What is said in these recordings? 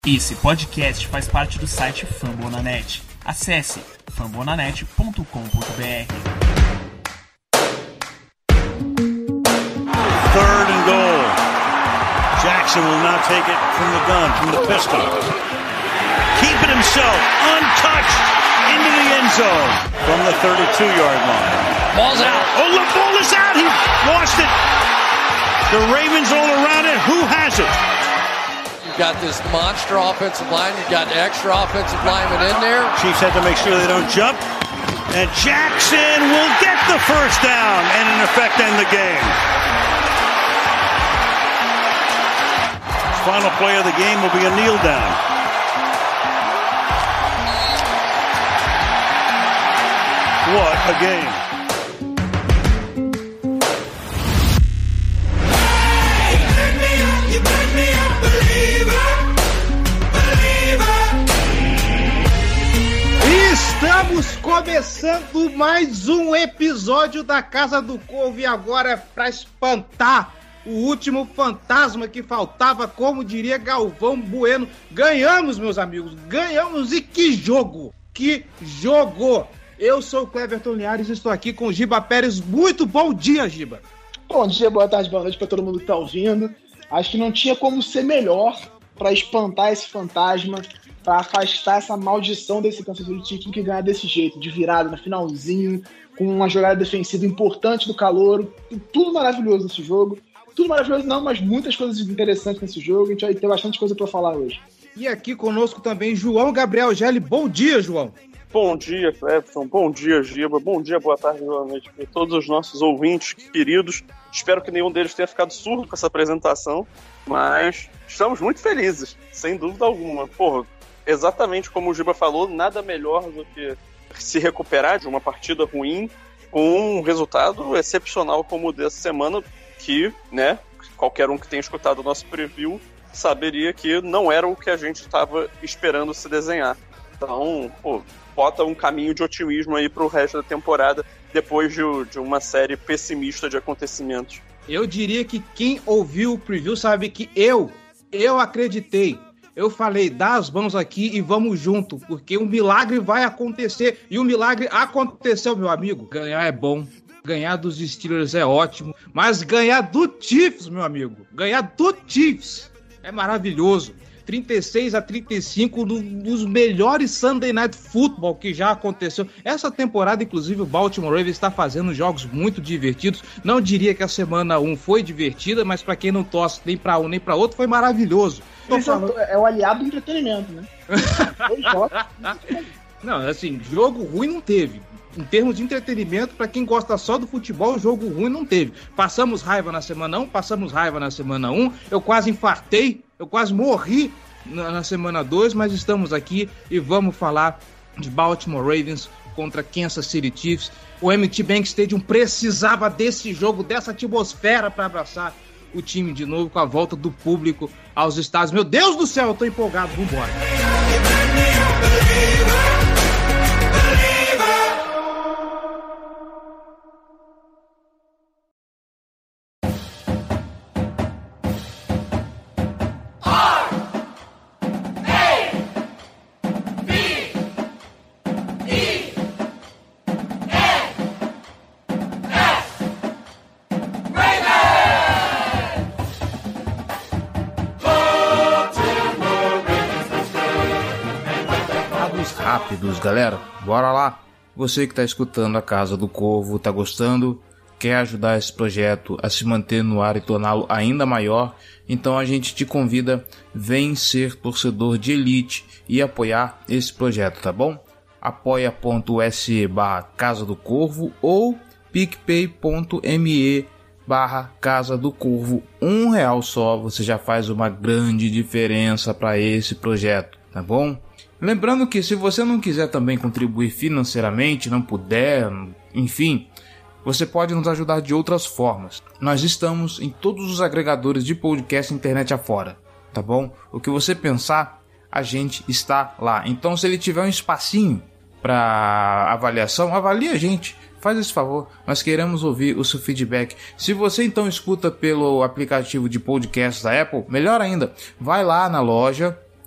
Esse podcast faz parte do site Fambonanet. Acesse fambonanet.com.br. Third and goal. Jackson will now take it from the gun, from the pistol. Keep it himself, untouched, into the end zone from the 32-yard line. Ball's out. Oh, the ball is out. He lost it. The Ravens all around it. Who has it? You've got this monster offensive line. You've got extra offensive linemen in there. Chiefs had to make sure they don't jump. And Jackson will get the first down and in effect end the game. Final play of the game will be a kneel down. What a game. Estamos começando mais um episódio da Casa do Corvo e agora para espantar o último fantasma que faltava, como diria Galvão Bueno. Ganhamos, meus amigos, ganhamos, e que jogo! Que jogo! Eu sou o Cleverton Linhares e estou aqui com o Giba Pérez. Muito bom dia, Giba! Bom dia, boa tarde, boa noite para todo mundo que está ouvindo. Acho que não tinha como ser melhor para espantar esse fantasma, para afastar essa maldição desse Kansas City Chiefs que ganhar desse jeito, de virada no finalzinho, com uma jogada defensiva importante do calouro. Tudo maravilhoso nesse jogo. Tudo maravilhoso não, mas muitas coisas interessantes nesse jogo. A gente vai ter bastante coisa para falar hoje. E aqui conosco também João Gabriel Gelli. Bom dia, João! Bom dia, Clepton. Bom dia, Giba. Bom dia, boa tarde, boa noite para todos os nossos ouvintes queridos. Espero que nenhum deles tenha ficado surdo com essa apresentação, mas estamos muito felizes, sem dúvida alguma. Porra, exatamente como o Giba falou, nada melhor do que se recuperar de uma partida ruim com um resultado excepcional como o dessa semana, que, né, qualquer um que tenha escutado o nosso preview saberia que não era o que a gente estava esperando se desenhar. Então, pô, bota um caminho de otimismo aí pro resto da temporada, depois de uma série pessimista de acontecimentos. Eu diria que quem ouviu o preview sabe que eu acreditei. Eu falei, dá as mãos aqui e vamos junto, porque um milagre vai acontecer. E o milagre aconteceu, meu amigo. Ganhar é bom, ganhar dos Steelers é ótimo, mas ganhar do Chiefs, meu amigo, ganhar do Chiefs é maravilhoso. 36-35, dos melhores Sunday Night Football que já aconteceu. Essa temporada, inclusive, o Baltimore Ravens está fazendo jogos muito divertidos. Não diria que a semana 1 foi divertida, mas para quem não torce nem para um nem para outro, foi maravilhoso. É o aliado do entretenimento, né? Não, assim, jogo ruim não teve. Em termos de entretenimento, para quem gosta só do futebol, jogo ruim não teve. Passamos raiva na semana 1, passamos raiva na semana 1. Eu quase infartei, eu quase morri na semana 2, mas estamos aqui e vamos falar de Baltimore Ravens contra Kansas City Chiefs. O M.T. Bank Stadium precisava desse jogo, dessa atmosfera para abraçar o time de novo, com a volta do público aos estádios. Meu Deus do céu, eu tô empolgado, vambora. Rápidos, galera, bora lá. Você que tá escutando a Casa do Corvo, tá gostando, quer ajudar esse projeto a se manter no ar e torná-lo ainda maior, então a gente te convida, vem ser torcedor de elite e apoiar esse projeto, tá bom? apoia.se/Casa do Corvo ou picpay.me/Casa do Corvo. R$1 só, você já faz uma grande diferença para esse projeto, tá bom? Lembrando que se você não quiser também contribuir financeiramente, não puder, enfim, você pode nos ajudar de outras formas. Nós estamos em todos os agregadores de podcast internet afora, tá bom? O que você pensar, a gente está lá. Então, se ele tiver um espacinho para avaliação, avalie a gente. Faz esse favor, nós queremos ouvir o seu feedback. Se você então escuta pelo aplicativo de podcast da Apple, melhor ainda, vai lá na loja,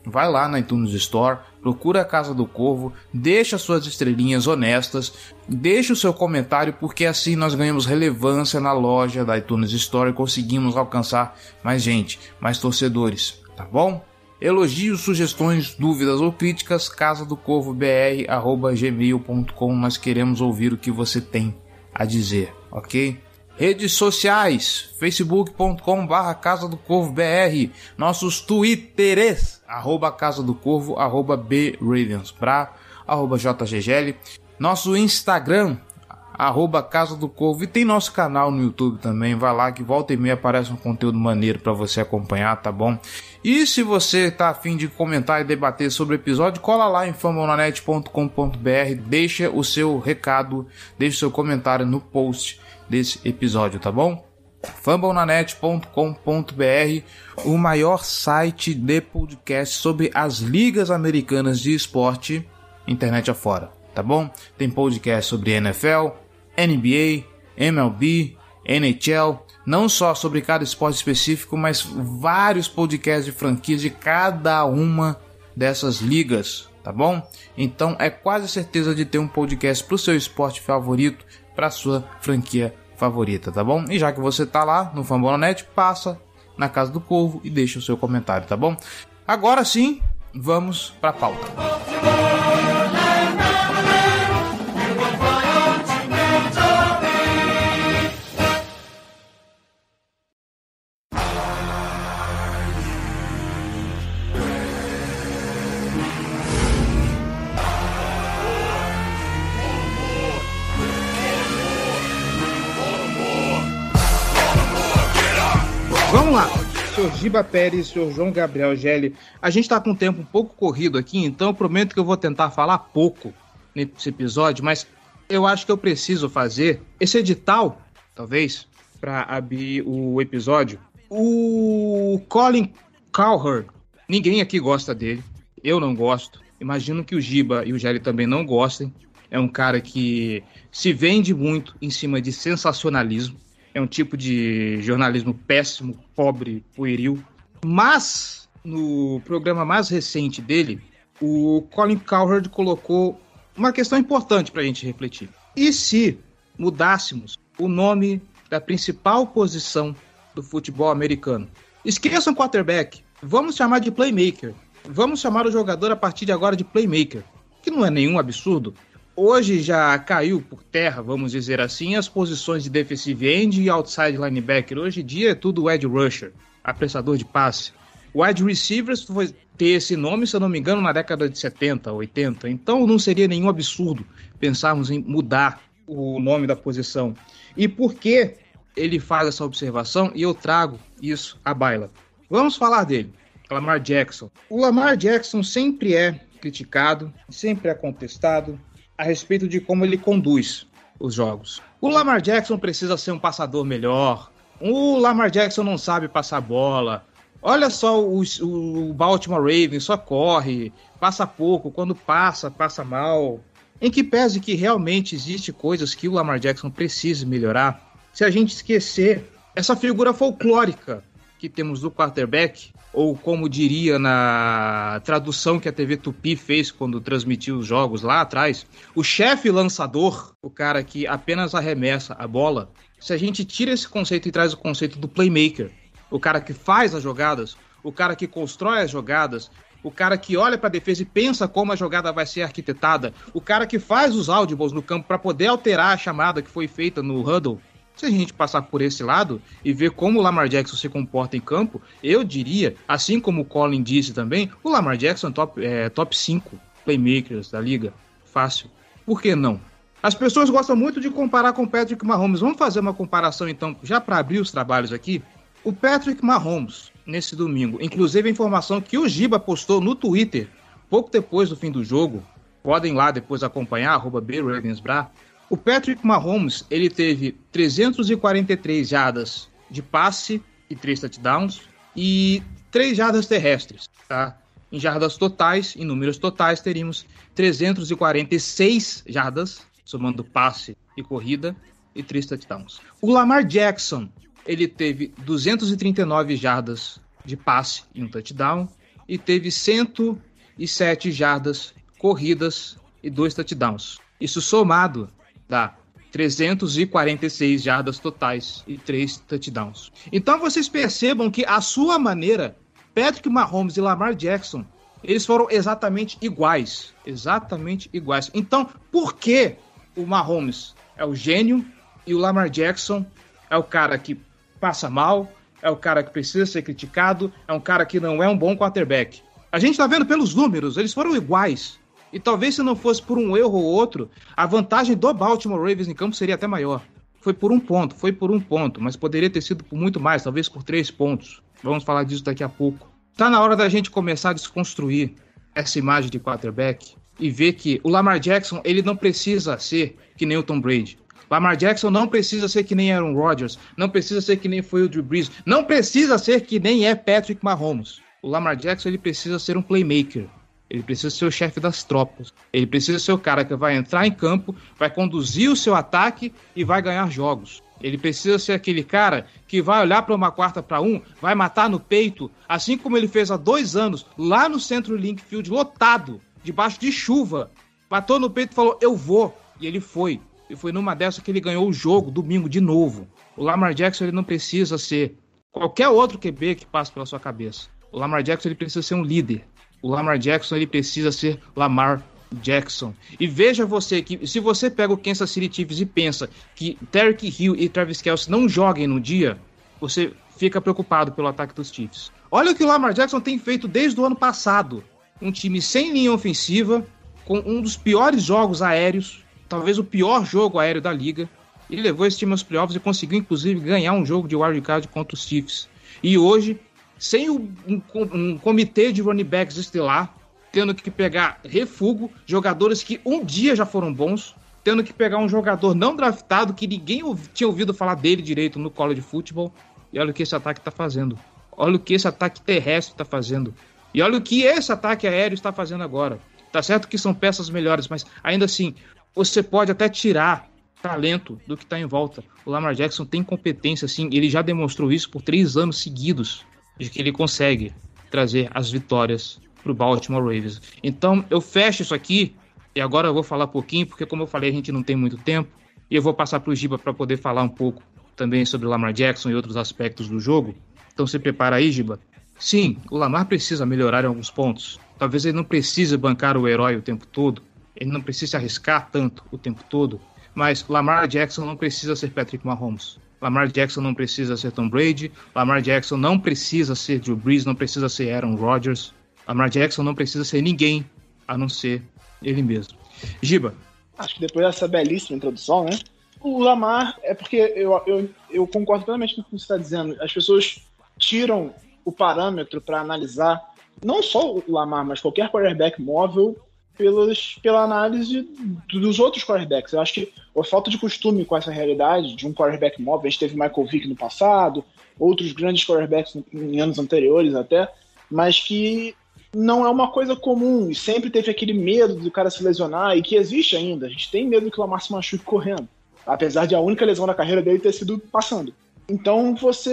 vai lá na iTunes Store, procura a Casa do Corvo, deixa suas estrelinhas honestas, deixa o seu comentário, porque assim nós ganhamos relevância na loja da iTunes Store e conseguimos alcançar mais gente, mais torcedores, tá bom? Elogios, sugestões, dúvidas ou críticas, casadocorvobr@gmail.com. Nós queremos ouvir o que você tem a dizer, ok? Redes sociais, facebook.com/casadocorvobr, nossos twitters, @casadocorvo, @bravensbra, @jggl, nosso Instagram, Casa do Corvo, e tem nosso canal no YouTube também, vai lá que volta e meia aparece um conteúdo maneiro para você acompanhar, tá bom? E se você tá a fim de comentar e debater sobre o episódio, cola lá em fambonanet.com.br, deixa o seu recado, deixa o seu comentário no post desse episódio, tá bom? fambonanet.com.br, o maior site de podcast sobre as ligas americanas de esporte, internet afora, tá bom? Tem podcast sobre NFL, NBA, MLB, NHL, não só sobre cada esporte específico, mas vários podcasts de franquias de cada uma dessas ligas, tá bom? Então é quase certeza de ter um podcast pro seu esporte favorito, pra sua franquia favorita, tá bom? E já que você tá lá no Fambonanet, passa na Casa do Corvo e deixa o seu comentário, tá bom? Agora sim, vamos pra pauta. Vamos lá, senhor Giba Pérez, senhor João Gabriel Gelli. A gente está com um tempo um pouco corrido aqui, então eu prometo que eu vou tentar falar pouco nesse episódio, mas eu acho que eu preciso fazer esse edital, talvez, para abrir o episódio. O Colin Cowherd, ninguém aqui gosta dele, eu não gosto, imagino que o Giba e o Gelli também não gostem. É um cara que se vende muito em cima de sensacionalismo. É um tipo de jornalismo péssimo, pobre, pueril. Mas, no programa mais recente dele, o Colin Cowherd colocou uma questão importante para a gente refletir. E se mudássemos o nome da principal posição do futebol americano? Esqueçam quarterback, vamos chamar de playmaker. Vamos chamar o jogador a partir de agora de playmaker, que não é nenhum absurdo. Hoje já caiu por terra, vamos dizer assim, as posições de defensive end e outside linebacker. Hoje em dia é tudo edge rusher, apressador de passe. Wide receivers foi ter esse nome, se eu não me engano, na década de 70, 80. Então não seria nenhum absurdo pensarmos em mudar o nome da posição. E por que ele faz essa observação? E eu trago isso à baila. Vamos falar dele, Lamar Jackson. O Lamar Jackson sempre é criticado, sempre é contestado a respeito de como ele conduz os jogos. O Lamar Jackson precisa ser um passador melhor. O Lamar Jackson não sabe passar bola. Olha só o Baltimore Ravens, só corre, passa pouco, quando passa mal. Em que pese que realmente existe coisas que o Lamar Jackson precisa melhorar, se a gente esquecer essa figura folclórica que temos do quarterback, ou como diria na tradução que a TV Tupi fez quando transmitiu os jogos lá atrás, o chefe lançador, o cara que apenas arremessa a bola. Se a gente tira esse conceito e traz o conceito do playmaker, o cara que faz as jogadas, o cara que constrói as jogadas, o cara que olha para a defesa e pensa como a jogada vai ser arquitetada, o cara que faz os audibles no campo para poder alterar a chamada que foi feita no huddle. Se a gente passar por esse lado e ver como o Lamar Jackson se comporta em campo, eu diria, assim como o Colin disse também, o Lamar Jackson é top 5 playmakers da liga. Fácil. Por que não? As pessoas gostam muito de comparar com o Patrick Mahomes. Vamos fazer uma comparação então, já para abrir os trabalhos aqui. O Patrick Mahomes, nesse domingo, inclusive a informação que o Giba postou no Twitter, pouco depois do fim do jogo, podem lá depois acompanhar, @bravensbra. O Patrick Mahomes, ele teve 343 jardas de passe e 3 touchdowns e 3 jardas terrestres, tá? Em jardas totais, em números totais, teríamos 346 jardas, somando passe e corrida, e 3 touchdowns. O Lamar Jackson, ele teve 239 jardas de passe e um touchdown e teve 107 jardas corridas e 2 touchdowns. Isso somado dá 346 jardas totais e 3 touchdowns. Então vocês percebam que a sua maneira, Patrick Mahomes e Lamar Jackson, eles foram exatamente iguais. Exatamente iguais. Então, por que o Mahomes é o gênio e o Lamar Jackson é o cara que passa mal, é o cara que precisa ser criticado, é um cara que não é um bom quarterback? A gente tá vendo pelos números, eles foram iguais. E talvez se não fosse por um erro ou outro, a vantagem do Baltimore Ravens em campo seria até maior. Foi por um ponto, mas poderia ter sido por muito mais, talvez por 3 pontos. Vamos falar disso daqui a pouco. Tá na hora da gente começar a desconstruir essa imagem de quarterback e ver que o Lamar Jackson, ele não precisa ser que nem o Tom Brady. Lamar Jackson não precisa ser que nem Aaron Rodgers, não precisa ser que nem foi o Drew Brees, não precisa ser que nem é Patrick Mahomes. O Lamar Jackson, ele precisa ser um playmaker. Ele precisa ser o chefe das tropas. Ele precisa ser o cara que vai entrar em campo, vai conduzir o seu ataque e vai ganhar jogos. Ele precisa ser aquele cara que vai olhar para uma 4-1, vai matar no peito, assim como ele fez há 2 anos, lá no Centro Link Field, lotado, debaixo de chuva. Matou no peito e falou, eu vou. E ele foi. E foi numa dessa que ele ganhou o jogo, domingo, de novo. O Lamar Jackson, ele não precisa ser qualquer outro QB que passe pela sua cabeça. O Lamar Jackson, ele precisa ser um líder. O Lamar Jackson, ele precisa ser Lamar Jackson. E veja você que se você pega o Kansas City Chiefs e pensa que Tyreek Hill e Travis Kelce não joguem no dia, você fica preocupado pelo ataque dos Chiefs. Olha o que o Lamar Jackson tem feito desde o ano passado. Um time sem linha ofensiva, com um dos piores jogos aéreos, talvez o pior jogo aéreo da liga. Ele levou esse time aos playoffs e conseguiu, inclusive, ganhar um jogo de wildcard contra os Chiefs. E hoje, sem um comitê de running backs estelar, tendo que pegar refúgio, jogadores que um dia já foram bons, tendo que pegar um jogador não draftado que ninguém tinha ouvido falar dele direito no college football. E olha o que esse ataque está fazendo. Olha o que esse ataque terrestre está fazendo. E olha o que esse ataque aéreo está fazendo agora. Tá certo que são peças melhores, mas ainda assim, você pode até tirar talento do que está em volta. O Lamar Jackson tem competência, sim. Ele já demonstrou isso por 3 anos seguidos, de que ele consegue trazer as vitórias para o Baltimore Ravens. Então eu fecho isso aqui e agora eu vou falar um pouquinho, porque como eu falei, a gente não tem muito tempo, e eu vou passar para o Giba para poder falar um pouco também sobre o Lamar Jackson e outros aspectos do jogo. Então se prepara aí, Giba. Sim, o Lamar precisa melhorar em alguns pontos. Talvez ele não precise bancar o herói o tempo todo, ele não precisa arriscar tanto o tempo todo, mas Lamar Jackson não precisa ser Patrick Mahomes. Lamar Jackson não precisa ser Tom Brady. Lamar Jackson não precisa ser Drew Brees, não precisa ser Aaron Rodgers. Lamar Jackson não precisa ser ninguém a não ser ele mesmo. Giba. Acho que depois dessa belíssima introdução, né? O Lamar, é porque eu concordo plenamente com o que você está dizendo. As pessoas tiram o parâmetro para analisar não só o Lamar, mas qualquer quarterback móvel pela análise dos outros quarterbacks. Eu acho que a falta de costume com essa realidade de um quarterback móvel, a gente teve Michael Vick no passado, outros grandes quarterbacks em anos anteriores até, mas que não é uma coisa comum, e sempre teve aquele medo do cara se lesionar, e que existe ainda. A gente tem medo que o Lamar se machuque correndo, apesar de a única lesão da carreira dele ter sido passando. Então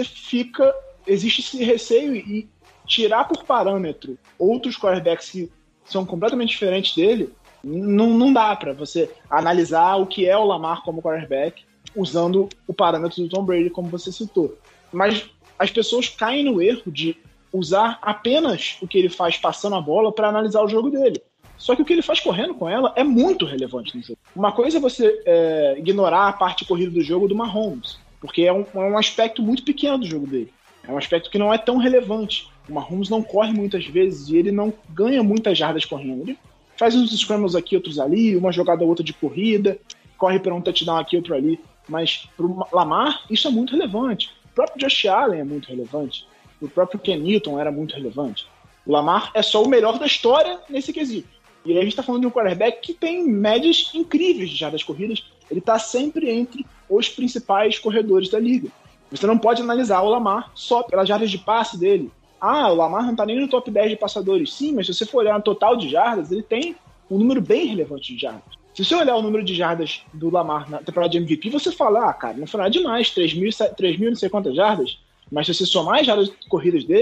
existe esse receio, e tirar por parâmetro outros quarterbacks que são completamente diferentes dele, não dá pra você analisar o que é o Lamar como quarterback usando o parâmetro do Tom Brady, como você citou. Mas as pessoas caem no erro de usar apenas o que ele faz passando a bola para analisar o jogo dele. Só que o que ele faz correndo com ela é muito relevante no jogo. Uma coisa é você ignorar a parte corrida do jogo do Mahomes, porque é um aspecto muito pequeno do jogo dele. É um aspecto que não é tão relevante. O Mahomes não corre muitas vezes e ele não ganha muitas jardas correndo. Ele faz uns scrambles aqui, outros ali, uma jogada ou outra de corrida, corre para um touchdown aqui, outro ali. Mas pro Lamar, isso é muito relevante. O próprio Josh Allen é muito relevante. O próprio Ken Newton era muito relevante. O Lamar é só o melhor da história nesse quesito. E aí a gente está falando de um quarterback que tem médias incríveis de jardas corridas. Ele está sempre entre os principais corredores da liga. Você não pode analisar o Lamar só pelas jardas de passe dele. Ah, o Lamar não está nem no top 10 de passadores. Sim, mas se você for olhar no total de jardas, ele tem um número bem relevante de jardas. Se você olhar o número de jardas do Lamar na temporada de MVP, você fala, cara, não foi nada demais, 3 mil não sei quantas jardas. Mas se você somar as jardas corridas dele,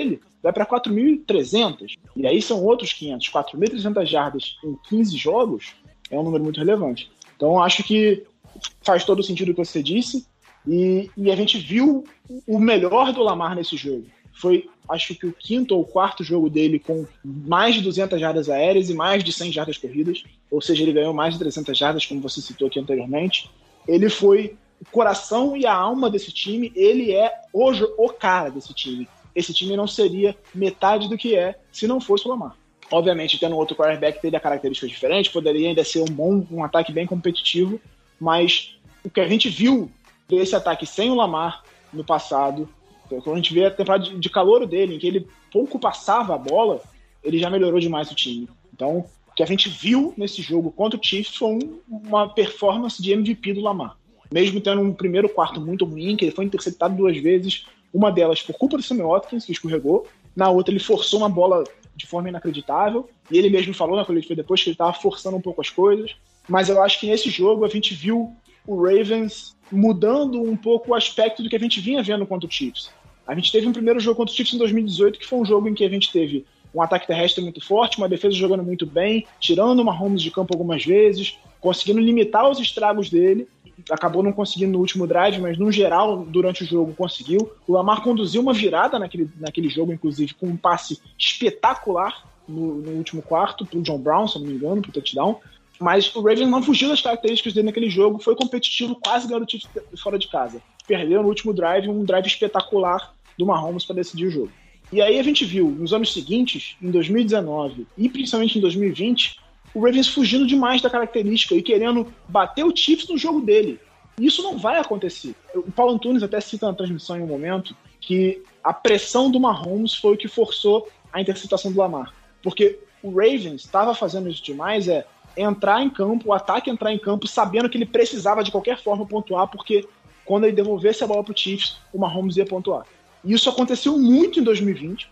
vai para 4.300. E aí são outros 500. 4.300 jardas em 15 jogos é um número muito relevante. Então, acho que faz todo o sentido o que você disse. E a gente viu o melhor do Lamar nesse jogo. Foi, acho que o 5º ou 4º jogo dele com mais de 200 jardas aéreas e mais de 100 jardas corridas. Ou seja, ele ganhou mais de 300 jardas, como você citou aqui anteriormente. Ele foi o coração e a alma desse time. Ele é hoje o cara desse time. Esse time não seria metade do que é se não fosse o Lamar. Obviamente, tendo outro quarterback teria características diferentes, poderia ainda ser um ataque bem competitivo, mas o que a gente viu desse ataque sem o Lamar no passado, quando a gente vê a temporada de calouro dele, em que ele pouco passava a bola, ele já melhorou demais o time. Então, o que a gente viu nesse jogo contra o Chiefs foi uma performance de MVP do Lamar. Mesmo tendo um primeiro quarto muito ruim, que ele foi interceptado 2 vezes, uma delas por culpa do Sammy Watkins, que escorregou, na outra ele forçou uma bola de forma inacreditável, e ele mesmo falou na coletiva depois que ele estava forçando um pouco as coisas, mas eu acho que nesse jogo a gente viu o Ravens mudando um pouco o aspecto do que a gente vinha vendo contra o Chiefs. A gente teve um primeiro jogo contra o Chiefs em 2018, que foi um jogo em que a gente teve um ataque terrestre muito forte, uma defesa jogando muito bem, tirando o Mahomes de campo algumas vezes, conseguindo limitar os estragos dele. Acabou não conseguindo no último drive, mas no geral, durante o jogo, conseguiu. O Lamar conduziu uma virada naquele jogo, inclusive, com um passe espetacular no último quarto, pro John Brown, se não me engano, pro touchdown. Mas o Ravens não fugiu das características dele naquele jogo, foi competitivo, quase ganhou o Chiefs fora de casa. Perdeu no último drive, um drive espetacular do Mahomes para decidir o jogo. E aí a gente viu, nos anos seguintes, em 2019 e principalmente em 2020, o Ravens fugindo demais da característica e querendo bater o Chiefs no jogo dele. E isso não vai acontecer. O Paulo Antunes até cita na transmissão em um momento que a pressão do Mahomes foi o que forçou a interceptação do Lamar. Porque o Ravens estava fazendo isso demais, entrar em campo, o ataque entrar em campo, sabendo que ele precisava de qualquer forma pontuar, porque quando ele devolvesse a bola para o Chiefs, o Mahomes ia pontuar. E isso aconteceu muito em 2020,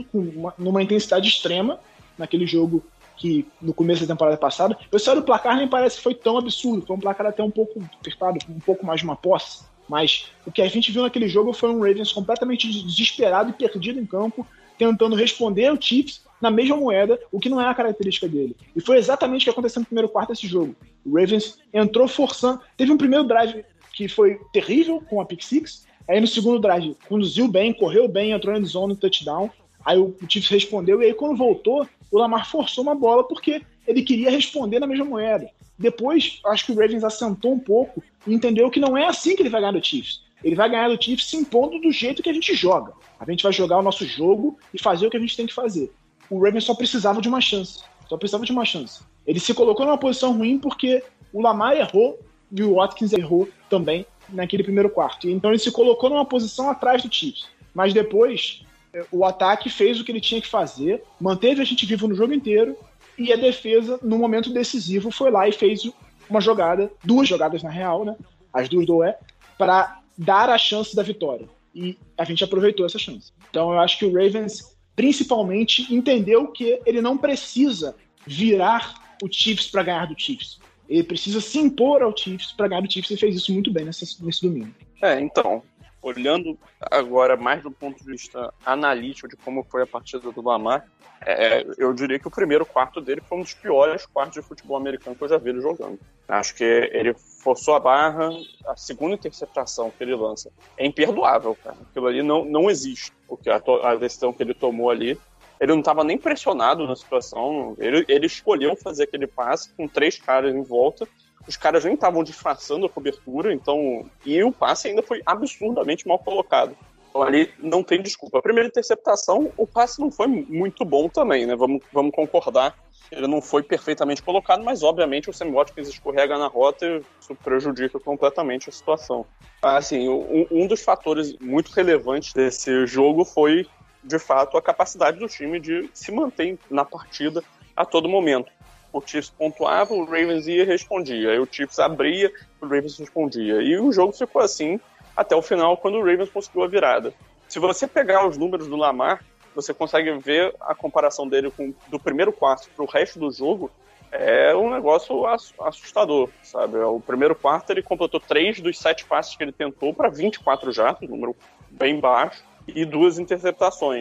numa intensidade extrema, naquele jogo que no começo da temporada passada. Eu sei, o placar nem parece que foi tão absurdo, foi um placar até um pouco apertado, um pouco mais de uma posse, mas o que a gente viu naquele jogo foi um Ravens completamente desesperado e perdido em campo, tentando responder ao Chiefs na mesma moeda, o que não é a característica dele. E foi exatamente o que aconteceu no primeiro quarto desse jogo. O Ravens entrou forçando, teve um primeiro drive que foi terrível com a pick six, aí no segundo drive conduziu bem, correu bem, entrou na zone no touchdown, aí o Chiefs respondeu, e aí quando voltou, o Lamar forçou uma bola porque ele queria responder na mesma moeda. Depois, acho que o Ravens assentou um pouco e entendeu que não é assim que ele vai ganhar do Chiefs. Ele vai ganhar do Chiefs se impondo do jeito que a gente joga. A gente vai jogar o nosso jogo e fazer o que a gente tem que fazer. O Ravens só precisava de uma chance. Ele se colocou numa posição ruim porque o Lamar errou e o Watkins errou também naquele primeiro quarto. Então ele se colocou numa posição atrás do Chiefs. Mas depois, o ataque fez o que ele tinha que fazer, manteve a gente vivo no jogo inteiro, e a defesa, no momento decisivo, foi lá e fez uma jogada, 2 jogadas na real, né? As 2 do para dar a chance da vitória. E a gente aproveitou essa chance. Então eu acho que o Ravens, principalmente, entendeu que ele não precisa virar o Chiefs para ganhar do Chiefs. Ele precisa se impor ao Chiefs para ganhar do Chiefs, e fez isso muito bem nesse domingo. Então, olhando agora mais do ponto de vista analítico de como foi a partida do Lamar, eu diria que o primeiro quarto dele foi um dos piores quartos de futebol americano que eu já vi ele jogando. Acho que ele forçou a barra, a segunda interceptação que ele lança é imperdoável, cara. Aquilo ali não existe, porque a decisão que ele tomou ali, ele não estava nem pressionado na situação, ele escolheu fazer aquele passe com 3 caras em volta. Os caras nem estavam disfarçando a cobertura, e o passe ainda foi absurdamente mal colocado. Então ali não tem desculpa. A primeira interceptação, o passe não foi muito bom também, né? Vamos concordar. Ele não foi perfeitamente colocado, mas obviamente o Sammy Watkins escorrega na rota e isso prejudica completamente a situação. Assim, um dos fatores muito relevantes desse jogo foi, de fato, a capacidade do time de se manter na partida a todo momento. O Chiefs pontuava, o Ravens ia e respondia. Aí o Chiefs abria, o Ravens respondia. E o jogo ficou assim até o final, quando o Ravens conseguiu a virada. Se você pegar os números do Lamar, você consegue ver a comparação dele do primeiro quarto para o resto do jogo. É um negócio assustador, sabe? O primeiro quarto ele completou 3 dos 7 passes que ele tentou para 24 jardas, número bem baixo, e 2 interceptações.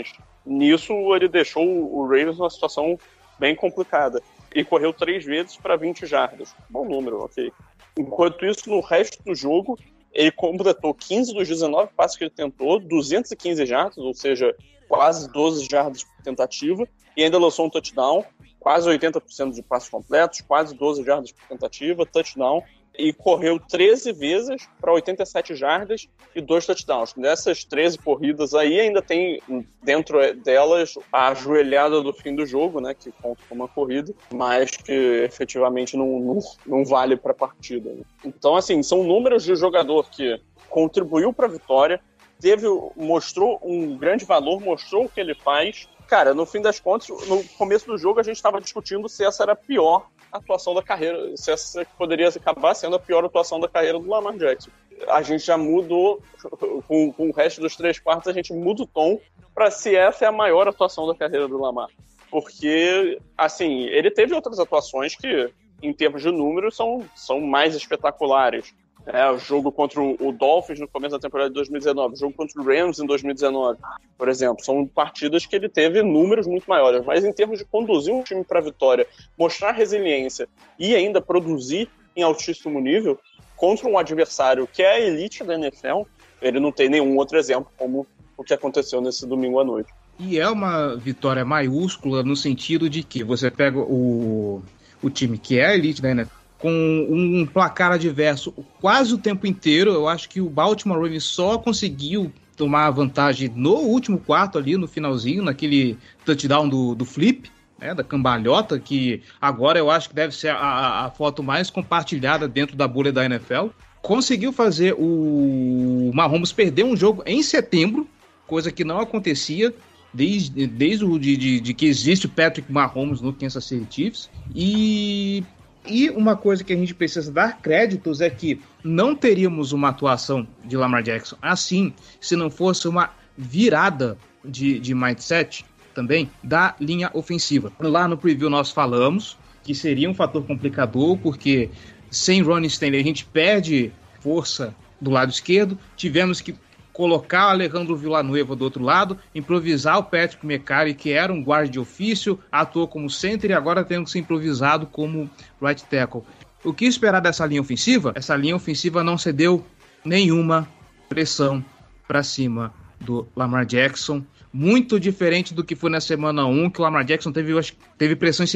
Nisso, ele deixou o Ravens numa situação bem complicada. E correu 3 vezes para 20 jardas. Bom número, ok. Enquanto isso, no resto do jogo, ele completou 15 dos 19 passes que ele tentou, 215 jardas, ou seja, quase 12 jardas por tentativa, e ainda lançou um touchdown, quase 80% de passes completos, quase 12 jardas por tentativa, touchdown, e correu 13 vezes para 87 jardas e 2 touchdowns. Nessas 13 corridas aí, ainda tem dentro delas a ajoelhada do fim do jogo, né, que conta como uma corrida, mas que efetivamente não vale para a partida. Né? Então, assim, são números de jogador que contribuiu para a vitória, mostrou um grande valor, mostrou o que ele faz. Cara, no fim das contas, no começo do jogo a gente estava discutindo se essa era a pior atuação da carreira, se essa poderia acabar sendo a pior atuação da carreira do Lamar Jackson. A gente já mudou, com o resto dos 3 quartos, a gente muda o tom para se essa é a maior atuação da carreira do Lamar. Porque, assim, ele teve outras atuações que, em termos de números, são mais espetaculares. O jogo contra o Dolphins no começo da temporada de 2019, o jogo contra o Rams em 2019, por exemplo, são partidas que ele teve números muito maiores, mas em termos de conduzir um time para a vitória, mostrar resiliência e ainda produzir em altíssimo nível contra um adversário que é a elite da NFL, ele não tem nenhum outro exemplo como o que aconteceu nesse domingo à noite. E é uma vitória maiúscula no sentido de que você pega o time que é a elite da NFL, com um placar adverso quase o tempo inteiro. Eu acho que o Baltimore Ravens só conseguiu tomar a vantagem no último quarto ali, no finalzinho, naquele touchdown do flip, né, da cambalhota, que agora eu acho que deve ser a foto mais compartilhada dentro da bolha da NFL. Conseguiu fazer o Mahomes perder um jogo em setembro, coisa que não acontecia desde que existe o Patrick Mahomes no Kansas City Chiefs. E uma coisa que a gente precisa dar créditos é que não teríamos uma atuação de Lamar Jackson assim se não fosse uma virada de mindset também da linha ofensiva. Lá no preview nós falamos que seria um fator complicador, porque sem Ronnie Stanley a gente perde força do lado esquerdo, tivemos que colocar o Alejandro Villanueva do outro lado, improvisar o Patrick McCarry, que era um guarda de ofício, atuou como center e agora tendo que ser improvisado como right tackle. O que esperar dessa linha ofensiva? Essa linha ofensiva não cedeu nenhuma pressão para cima do Lamar Jackson, muito diferente do que foi na semana 1, que o Lamar Jackson teve pressão em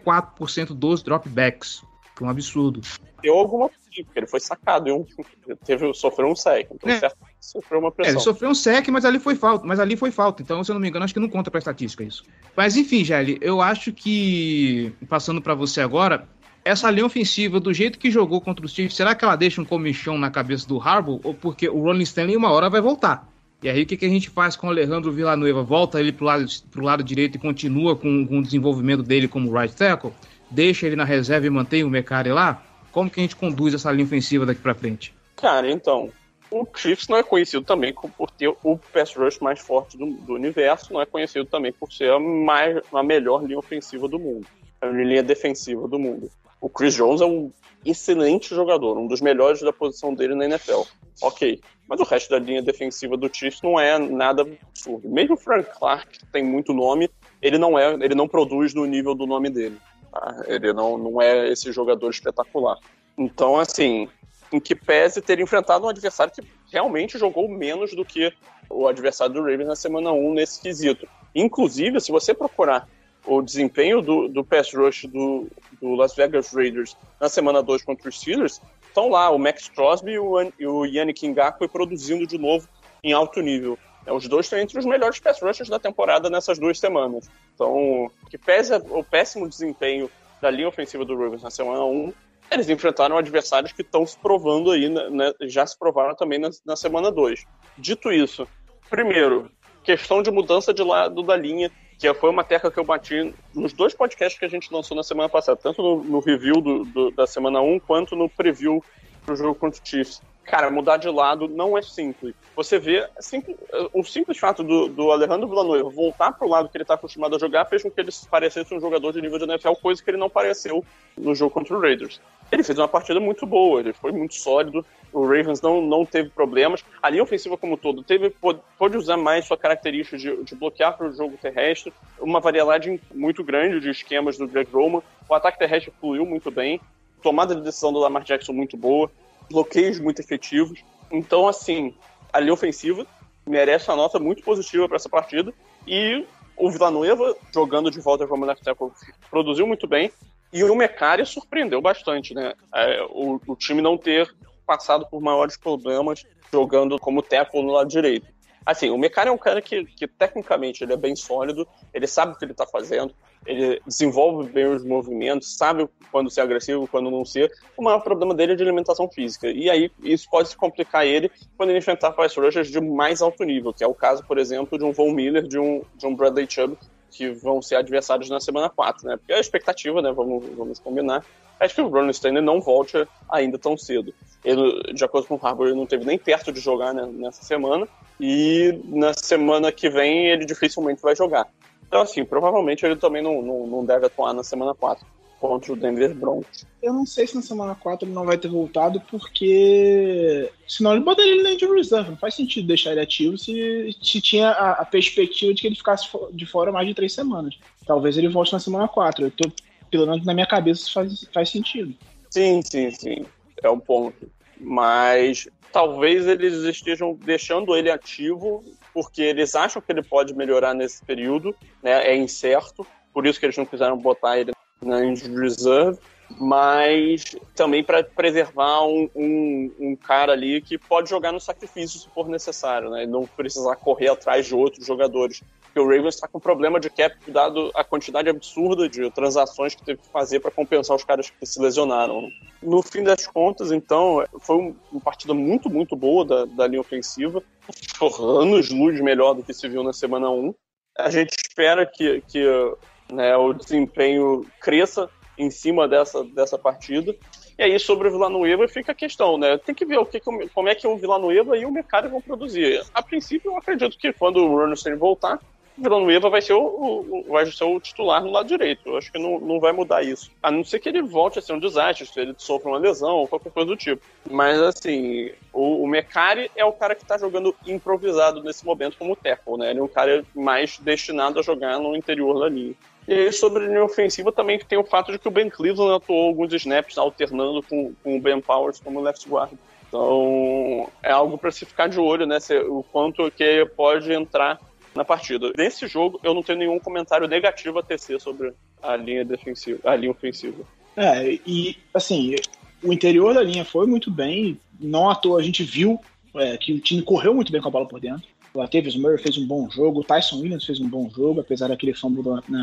54% dos dropbacks, que é um absurdo. Deu alguma coisa, porque ele foi sacado, sofreu um sec, então certo, sofreu uma pressão. Ele sofreu um sec, mas ali foi falta, então se eu não me engano, acho que não conta pra estatística isso. Mas enfim, Gelli, eu acho que, passando pra você agora, essa linha ofensiva, do jeito que jogou contra os Chiefs, será que ela deixa um comichão na cabeça do Harbaugh, ou porque o Ronnie Stanley uma hora vai voltar? E aí o que a gente faz com o Alejandro Villanueva? Volta ele pro lado direito e continua com o desenvolvimento dele como right tackle? Deixa ele na reserva e mantém o McCarry lá? Como que a gente conduz essa linha ofensiva daqui pra frente? Cara, então, o Chiefs não é conhecido também por ter o pass rush mais forte do universo, não é conhecido também por ser a melhor linha ofensiva do mundo, a linha defensiva do mundo. O Chris Jones é um excelente jogador, um dos melhores da posição dele na NFL. Ok, mas o resto da linha defensiva do Chiefs não é nada absurdo. Mesmo o Frank Clark, que tem muito nome, ele não produz no nível do nome dele. Tá? Ele não é esse jogador espetacular. Então, assim, em que pese ter enfrentado um adversário que realmente jogou menos do que o adversário do Ravens na semana 1 nesse quesito. Inclusive, se você procurar o desempenho do pass rush do Las Vegas Raiders na semana 2 contra os Steelers, estão lá o Max Crosby e o Yannick Ngakoue produzindo de novo em alto nível. Os dois estão entre os melhores pass rushers da temporada nessas 2 semanas. Então, que pese o péssimo desempenho da linha ofensiva do Ravens na semana 1, eles enfrentaram adversários que estão se provando aí, né, já se provaram também na semana 2. Dito isso, primeiro, questão de mudança de lado da linha, que foi uma tecla que eu bati nos 2 podcasts que a gente lançou na semana passada, tanto no review da semana 1, quanto no preview pro jogo contra o Chiefs. Cara, mudar de lado não é simples. Você vê, o simples fato do Alejandro Villanueva voltar pro lado que ele está acostumado a jogar fez com que ele parecesse um jogador de nível de NFL, coisa que ele não pareceu no jogo contra o Raiders. ele fez uma partida muito boa, ele foi muito sólido. O Ravens não teve problemas. A linha ofensiva como um todo pôde usar mais sua característica de bloquear para o jogo terrestre. Uma variedade muito grande de esquemas do Greg Roman. O ataque terrestre fluiu muito bem. Tomada de decisão do Lamar Jackson muito boa. Bloqueios muito efetivos. Então, assim, a linha ofensiva merece uma nota muito positiva para essa partida. E o Villanueva, jogando de volta como left tackle, produziu muito bem. E o Mekari surpreendeu bastante, né? O time não ter passado por maiores problemas jogando como tackle no lado direito. Assim, o Mekari é um cara que tecnicamente ele é bem sólido, ele sabe o que ele está fazendo, ele desenvolve bem os movimentos, sabe quando ser agressivo, quando não ser. O maior problema dele é de alimentação física. E aí isso pode se complicar ele quando ele enfrentar pass rushers de mais alto nível, que é o caso, por exemplo, de um Von Miller, de um Bradley Chubb, que vão ser adversários na semana 4, né? Porque a expectativa, né? Vamos combinar, é que o Ronald Stanley não volte ainda tão cedo. Ele, de acordo com o Harbour, ele não esteve nem perto de jogar, né, nessa semana, e na semana que vem ele dificilmente vai jogar. Então, assim, provavelmente ele também não deve atuar na semana 4 contra o Denver Broncos. Eu não sei se na semana 4 ele não vai ter voltado, porque senão ele botaria ele na injury reserve. Não faz sentido deixar ele ativo se tinha a perspectiva de que ele ficasse de fora mais de 3 semanas. Talvez ele volte na semana 4. Pelo menos na minha cabeça isso faz sentido. Sim. É um ponto. Mas talvez eles estejam deixando ele ativo porque eles acham que ele pode melhorar nesse período, né? É incerto. Por isso que eles não quiseram botar ele na injury reserve, mas também para preservar um cara ali que pode jogar no sacrifício se for necessário, né? E não precisar correr atrás de outros jogadores. Porque o Ravens está com problema de cap, dado a quantidade absurda de transações que teve que fazer para compensar os caras que se lesionaram. No fim das contas, então, foi uma partida muito, muito boa da linha ofensiva, por anos-luz melhor do que se viu na semana 1. A gente espera que né, o desempenho cresça em cima dessa partida. E aí, sobre o Villanueva, fica a questão, né? Tem que ver como é que o Villanueva e o Mekari vão produzir. A princípio, eu acredito que quando o Ronaldson voltar, o Villanueva vai ser o titular no lado direito. Eu acho que não vai mudar isso. A não ser que ele volte a ser um desastre, se ele sofra uma lesão ou qualquer coisa do tipo. Mas, assim, o Mekari é o cara que está jogando improvisado nesse momento como tackle, né? Ele é um cara mais destinado a jogar no interior da linha. E aí, sobre a linha ofensiva, também tem o fato de que o Ben Cleveland atuou alguns snaps alternando com o Ben Powers como left guard. Então, é algo para se ficar de olho, né? O quanto que pode entrar na partida. Nesse jogo, eu não tenho nenhum comentário negativo a tecer sobre a linha ofensiva. E, assim, o interior da linha foi muito bem. Não à toa a gente viu que o time correu muito bem com a bola por dentro. O Latavius Murray fez um bom jogo, o Tyson Williams fez um bom jogo, apesar daquele fumble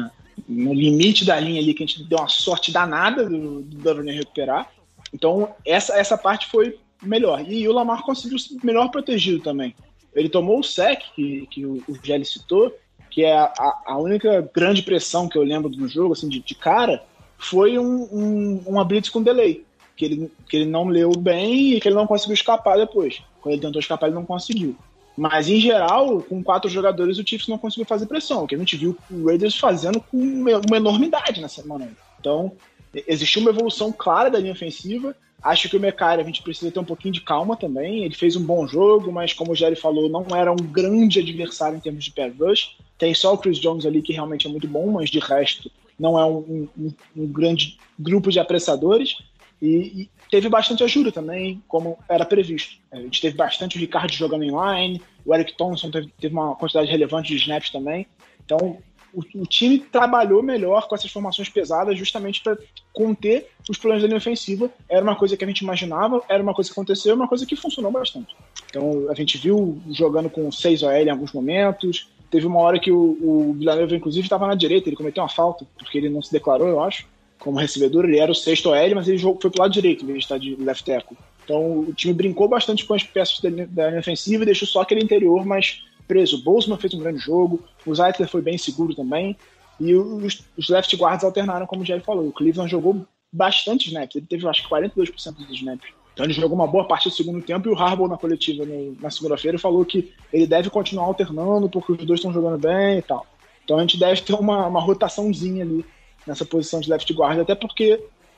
no limite da linha ali, que a gente deu uma sorte danada do Duvernay recuperar. Então, essa parte foi melhor. E o Lamar conseguiu ser melhor protegido também. Ele tomou o sec, que o Gelli citou, que é a única grande pressão que eu lembro do jogo, assim, de cara, foi uma blitz com delay, que ele não leu bem e que ele não conseguiu escapar depois. Quando ele tentou escapar, ele não conseguiu. Mas, em geral, com 4 jogadores, o Chiefs não conseguiu fazer pressão, o que a gente viu o Raiders fazendo com uma enormidade na semana. Então, existiu uma evolução clara da linha ofensiva. Acho que o Mekari, a gente precisa ter um pouquinho de calma também. Ele fez um bom jogo, mas, como o Jerry falou, não era um grande adversário em termos de pass rush. Tem só o Chris Jones ali, que realmente é muito bom, mas, de resto, não é um grande grupo de apressadores. E teve bastante ajuda também, como era previsto. A gente teve bastante o Ricardo jogando em line, o Eric Thompson teve uma quantidade relevante de snaps também. Então, o time trabalhou melhor com essas formações pesadas justamente para conter os problemas da linha ofensiva. Era uma coisa que a gente imaginava, era uma coisa que aconteceu, uma coisa que funcionou bastante. Então, a gente viu jogando com 6 OL em alguns momentos. Teve uma hora que o Villanueva, inclusive, estava na direita, ele cometeu uma falta, porque ele não se declarou, eu acho, como recebedor. Ele era o 6º OL, mas ele foi pro lado direito, em vez de estar de left tackle. Então, o time brincou bastante com as peças da linha ofensiva e deixou só aquele interior mais preso. O Boseman fez um grande jogo, o Zeitler foi bem seguro também, e os left guards alternaram, como o Jerry falou. O Cleveland jogou bastante snaps, ele teve, acho que, 42% dos snaps. Então, ele jogou uma boa parte do segundo tempo, e o Harbaugh, na coletiva na segunda-feira, falou que ele deve continuar alternando, porque os dois estão jogando bem e tal. Então, a gente deve ter uma rotaçãozinha ali nessa posição de left guard, até porque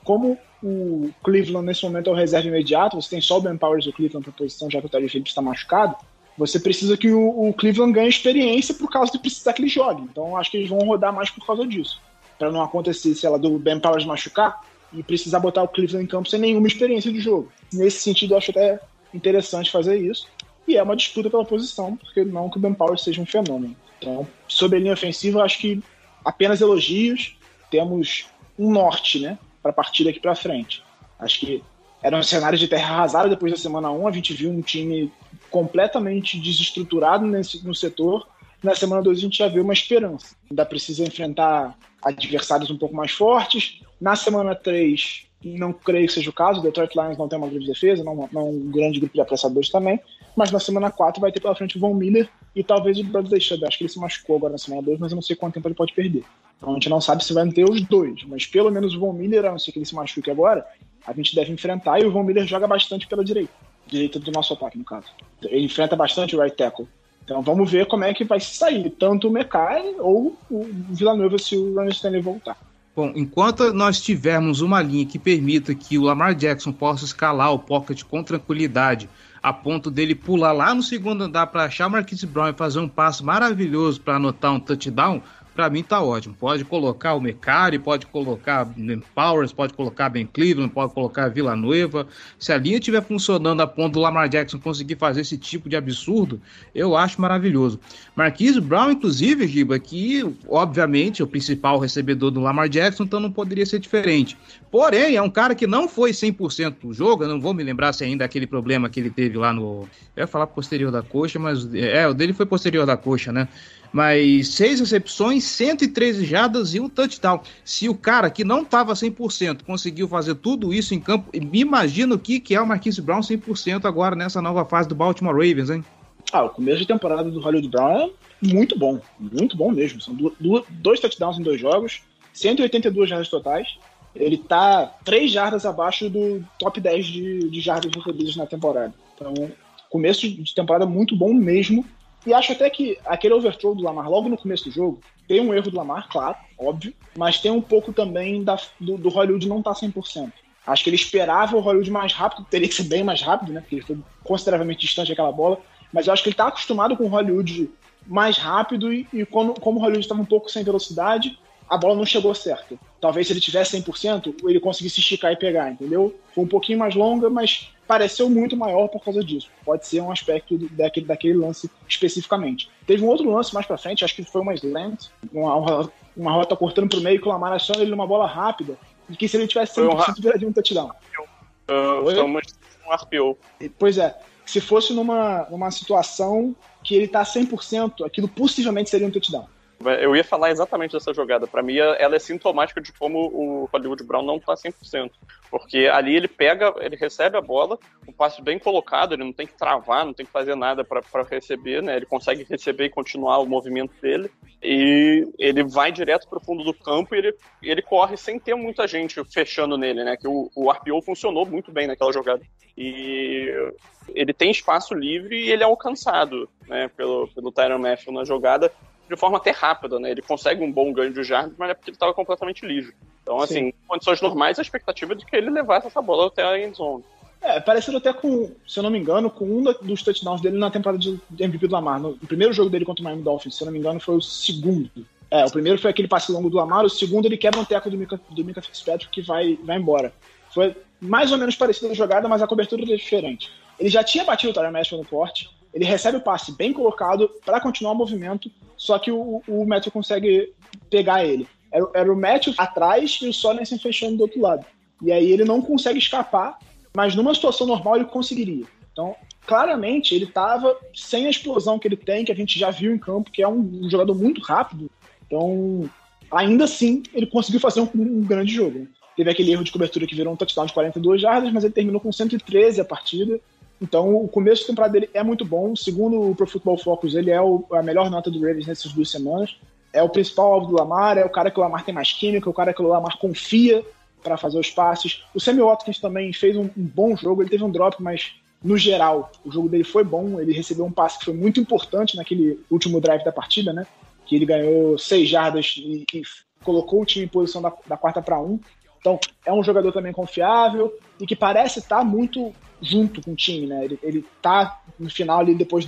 como o Cleveland nesse momento é o reserva imediato, você tem só o Ben Powers do Cleveland para a posição, já que o Tyler Phillips está machucado, você precisa que o Cleveland ganhe experiência por causa de precisar que ele jogue. Então acho que eles vão rodar mais por causa disso. Para não acontecer, sei lá, do Ben Powers machucar e precisar botar o Cleveland em campo sem nenhuma experiência de jogo. Nesse sentido, eu acho até interessante fazer isso. E é uma disputa pela posição, porque não que o Ben Powers seja um fenômeno. Então, sobre a linha ofensiva, eu acho que apenas elogios. Temos um norte, né, para a partir daqui para frente. Acho que era um cenário de terra arrasada depois da semana 1. A gente viu um time completamente desestruturado no setor. Na semana 2 a gente já vê uma esperança. Ainda precisa enfrentar adversários um pouco mais fortes. Na semana 3, não creio que seja o caso. O Detroit Lions não tem uma grande defesa, não um grande grupo de apressadores também. Mas na semana 4 vai ter pela frente o Von Miller e talvez o Bradley Chubb. Acho que ele se machucou agora na semana 2, mas eu não sei quanto tempo ele pode perder. Então a gente não sabe se vai ter os dois. Mas pelo menos o Von Miller, a não ser que ele se machuque agora, a gente deve enfrentar. E o Von Miller joga bastante pela direita do nosso ataque, no caso. Ele enfrenta bastante o right tackle. Então vamos ver como é que vai sair, tanto o Mekhi ou o Villanueva se o Ronald Stanley voltar. Bom, enquanto nós tivermos uma linha que permita que o Lamar Jackson possa escalar o pocket com tranquilidade, a ponto dele pular lá no segundo andar para achar o Marquise Brown e fazer um passo maravilhoso para anotar um touchdown, para mim tá ótimo. Pode colocar o Mekhi, pode colocar Ben Powers, pode colocar Ben Cleveland, pode colocar Villanueva. Se a linha estiver funcionando a ponto do Lamar Jackson conseguir fazer esse tipo de absurdo, eu acho maravilhoso. Marquise Brown, inclusive, Giba, que obviamente é o principal recebedor do Lamar Jackson, então não poderia ser diferente. Porém, é um cara que não foi 100% do jogo, eu não vou me lembrar se ainda aquele problema que ele teve lá no... Eu ia falar posterior da coxa, mas o dele foi posterior da coxa, né? Mas 6 recepções, 113 jardas e um touchdown. Se o cara que não estava 100% conseguiu fazer tudo isso em campo, me imagino o que é o Marquise Brown 100% agora nessa nova fase do Baltimore Ravens, hein? O começo de temporada do Hollywood Brown é muito bom mesmo. São 2 touchdowns em 2 jogos, 182 jardas totais. Ele tá 3 jardas abaixo do top 10 de jardas recebidas na temporada. Então, começo de temporada muito bom mesmo. E acho até que aquele overthrow do Lamar logo no começo do jogo, tem um erro do Lamar, claro, óbvio, mas tem um pouco também do Hollywood não estar 100%. Acho que ele esperava o Hollywood mais rápido, teria que ser bem mais rápido, né, porque ele foi consideravelmente distante daquela bola, mas eu acho que ele está acostumado com o Hollywood mais rápido e como o Hollywood estava um pouco sem velocidade, a bola não chegou certo. Talvez se ele tivesse 100%, ele conseguisse esticar e pegar, entendeu? Foi um pouquinho mais longa, mas pareceu muito maior por causa disso. Pode ser um aspecto daquele lance especificamente. Teve um outro lance mais pra frente, acho que foi uma slant, uma rota cortando pro meio, que o Lamar achando ele numa bola rápida, e que se ele tivesse 100%, viraria um touchdown. Um RPO. Pois é, se fosse numa situação que ele tá 100%, aquilo possivelmente seria um touchdown. Eu ia falar exatamente dessa jogada. Pra mim, ela é sintomática de como o Hollywood Brown não tá 100%. Porque ali ele recebe a bola, um passe bem colocado, ele não tem que travar, não tem que fazer nada pra receber, né? Ele consegue receber e continuar o movimento dele. E ele vai direto pro fundo do campo e ele corre sem ter muita gente fechando nele, né? Que o RPO funcionou muito bem naquela jogada. E ele tem espaço livre e ele é alcançado, né? Pelo Tyrann Mathieu na jogada, de forma até rápida, né? Ele consegue um bom ganho de jardas, mas é porque ele estava completamente livre. Então, assim, em condições normais, a expectativa é de que ele levasse essa bola até a endzone. Parecido até com, se eu não me engano, com um dos touchdowns dele na temporada de MVP do Lamar. No primeiro jogo dele contra o Miami Dolphins, se eu não me engano, foi o segundo. O primeiro foi aquele passe longo do Lamar, o segundo ele quebra um teco do Micah Fitzpatrick que vai embora. Foi mais ou menos parecida a jogada, mas a cobertura é diferente. Ele já tinha batido o Tyrann Mathieu no corte, ele recebe o passe bem colocado para continuar o movimento, só que o Mathieu consegue pegar ele. Era o Mathieu atrás e o Sorensen fechando do outro lado. E aí ele não consegue escapar, mas numa situação normal ele conseguiria. Então, claramente, ele estava sem a explosão que ele tem, que a gente já viu em campo, que é um jogador muito rápido. Então, ainda assim, ele conseguiu fazer um grande jogo, né? Teve aquele erro de cobertura que virou um touchdown de 42 jardas, mas ele terminou com 113 a partida. Então, o começo de temporada dele é muito bom. Segundo o Pro Football Focus, ele é a melhor nota do Ravens nessas 2 semanas. É o principal alvo do Lamar, é o cara que o Lamar tem mais química, o cara que o Lamar confia para fazer os passes. O Sammy Watkins também fez um bom jogo, ele teve um drop, mas no geral o jogo dele foi bom. Ele recebeu um passe que foi muito importante naquele último drive da partida, né? Que ele ganhou 6 jardas e colocou o time em posição da 4ª para 1. Então, é um jogador também confiável e que parece estar muito junto com o time, né? Ele tá no final ali, depois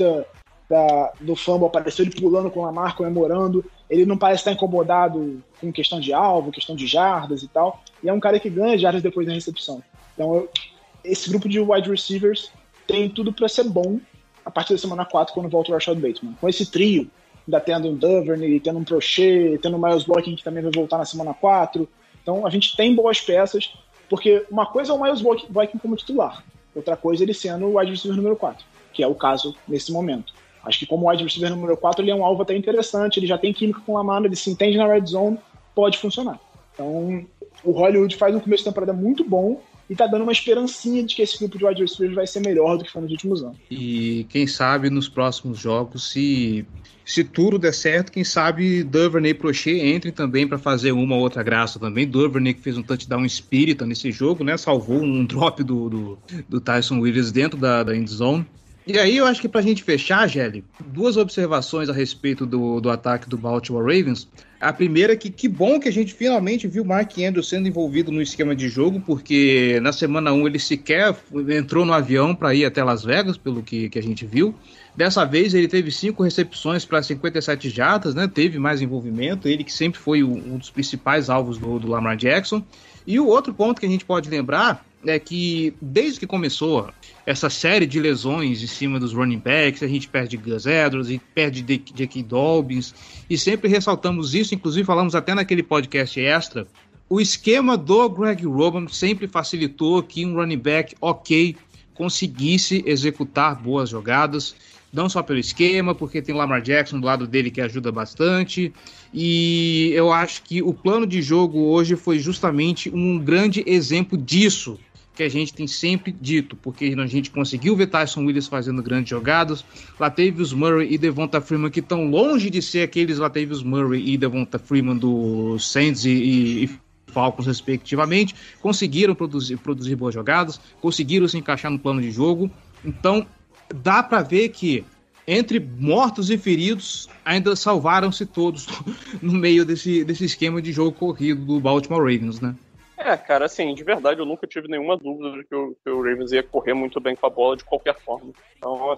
do fumble, apareceu ele pulando com o Lamar, comemorando. Ele não parece estar incomodado com questão de alvo, questão de jardas e tal. E é um cara que ganha jardas depois da recepção. Então, esse grupo de wide receivers tem tudo para ser bom a partir da semana 4, quando volta o Rashad Bateman. Com esse trio, ainda tendo um Duvernay, tendo um Prochet, tendo o Miles Boykin, que também vai voltar na semana 4. Então, a gente tem boas peças, porque uma coisa é o Miles Boykin como titular, outra coisa é ele sendo o wide receiver número 4, que é o caso nesse momento. Acho que como wide receiver número 4, ele é um alvo até interessante, ele já tem química com o Lamar, ele se entende na red zone, pode funcionar. Então, o Hollywood faz um começo de temporada muito bom e tá dando uma esperancinha de que esse grupo de wide receivers vai ser melhor do que foi nos últimos anos. E quem sabe nos próximos jogos, se tudo der certo, quem sabe Duvernay e Prochet entrem também para fazer uma ou outra graça também. Duvernay que fez um touchdown espírita nesse jogo, né? Salvou um drop do Tyson Williams dentro da end zone. E aí eu acho que pra gente fechar, Gelli, 2 observações a respeito do ataque do Baltimore Ravens. A primeira é que bom que a gente finalmente viu o Mark Andrews sendo envolvido no esquema de jogo, porque na semana 1 ele sequer entrou no avião para ir até Las Vegas, pelo que a gente viu. Dessa vez ele teve 5 recepções para 57 jardas, né? Teve mais envolvimento, ele que sempre foi um dos principais alvos do Lamar Jackson. E o outro ponto que a gente pode lembrar é que desde que começou essa série de lesões em cima dos running backs, a gente perde Gus Edwards, e perde J.K. Dobbins, e sempre ressaltamos isso, inclusive falamos até naquele podcast extra, o esquema do Greg Roman sempre facilitou que um running back conseguisse executar boas jogadas, não só pelo esquema, porque tem o Lamar Jackson do lado dele que ajuda bastante, e eu acho que o plano de jogo hoje foi justamente um grande exemplo disso, que a gente tem sempre dito, porque a gente conseguiu ver Tyson Williams fazendo grandes jogadas, Latavius Murray e Devonta Freeman, que estão longe de ser aqueles Latavius Murray e Devonta Freeman do Saints e Falcons, respectivamente, conseguiram produzir boas jogadas, conseguiram se encaixar no plano de jogo. Então, dá para ver que entre mortos e feridos, ainda salvaram-se todos no meio desse esquema de jogo corrido do Baltimore Ravens, né? Cara, assim, de verdade, eu nunca tive nenhuma dúvida de que o Ravens ia correr muito bem com a bola de qualquer forma. Então,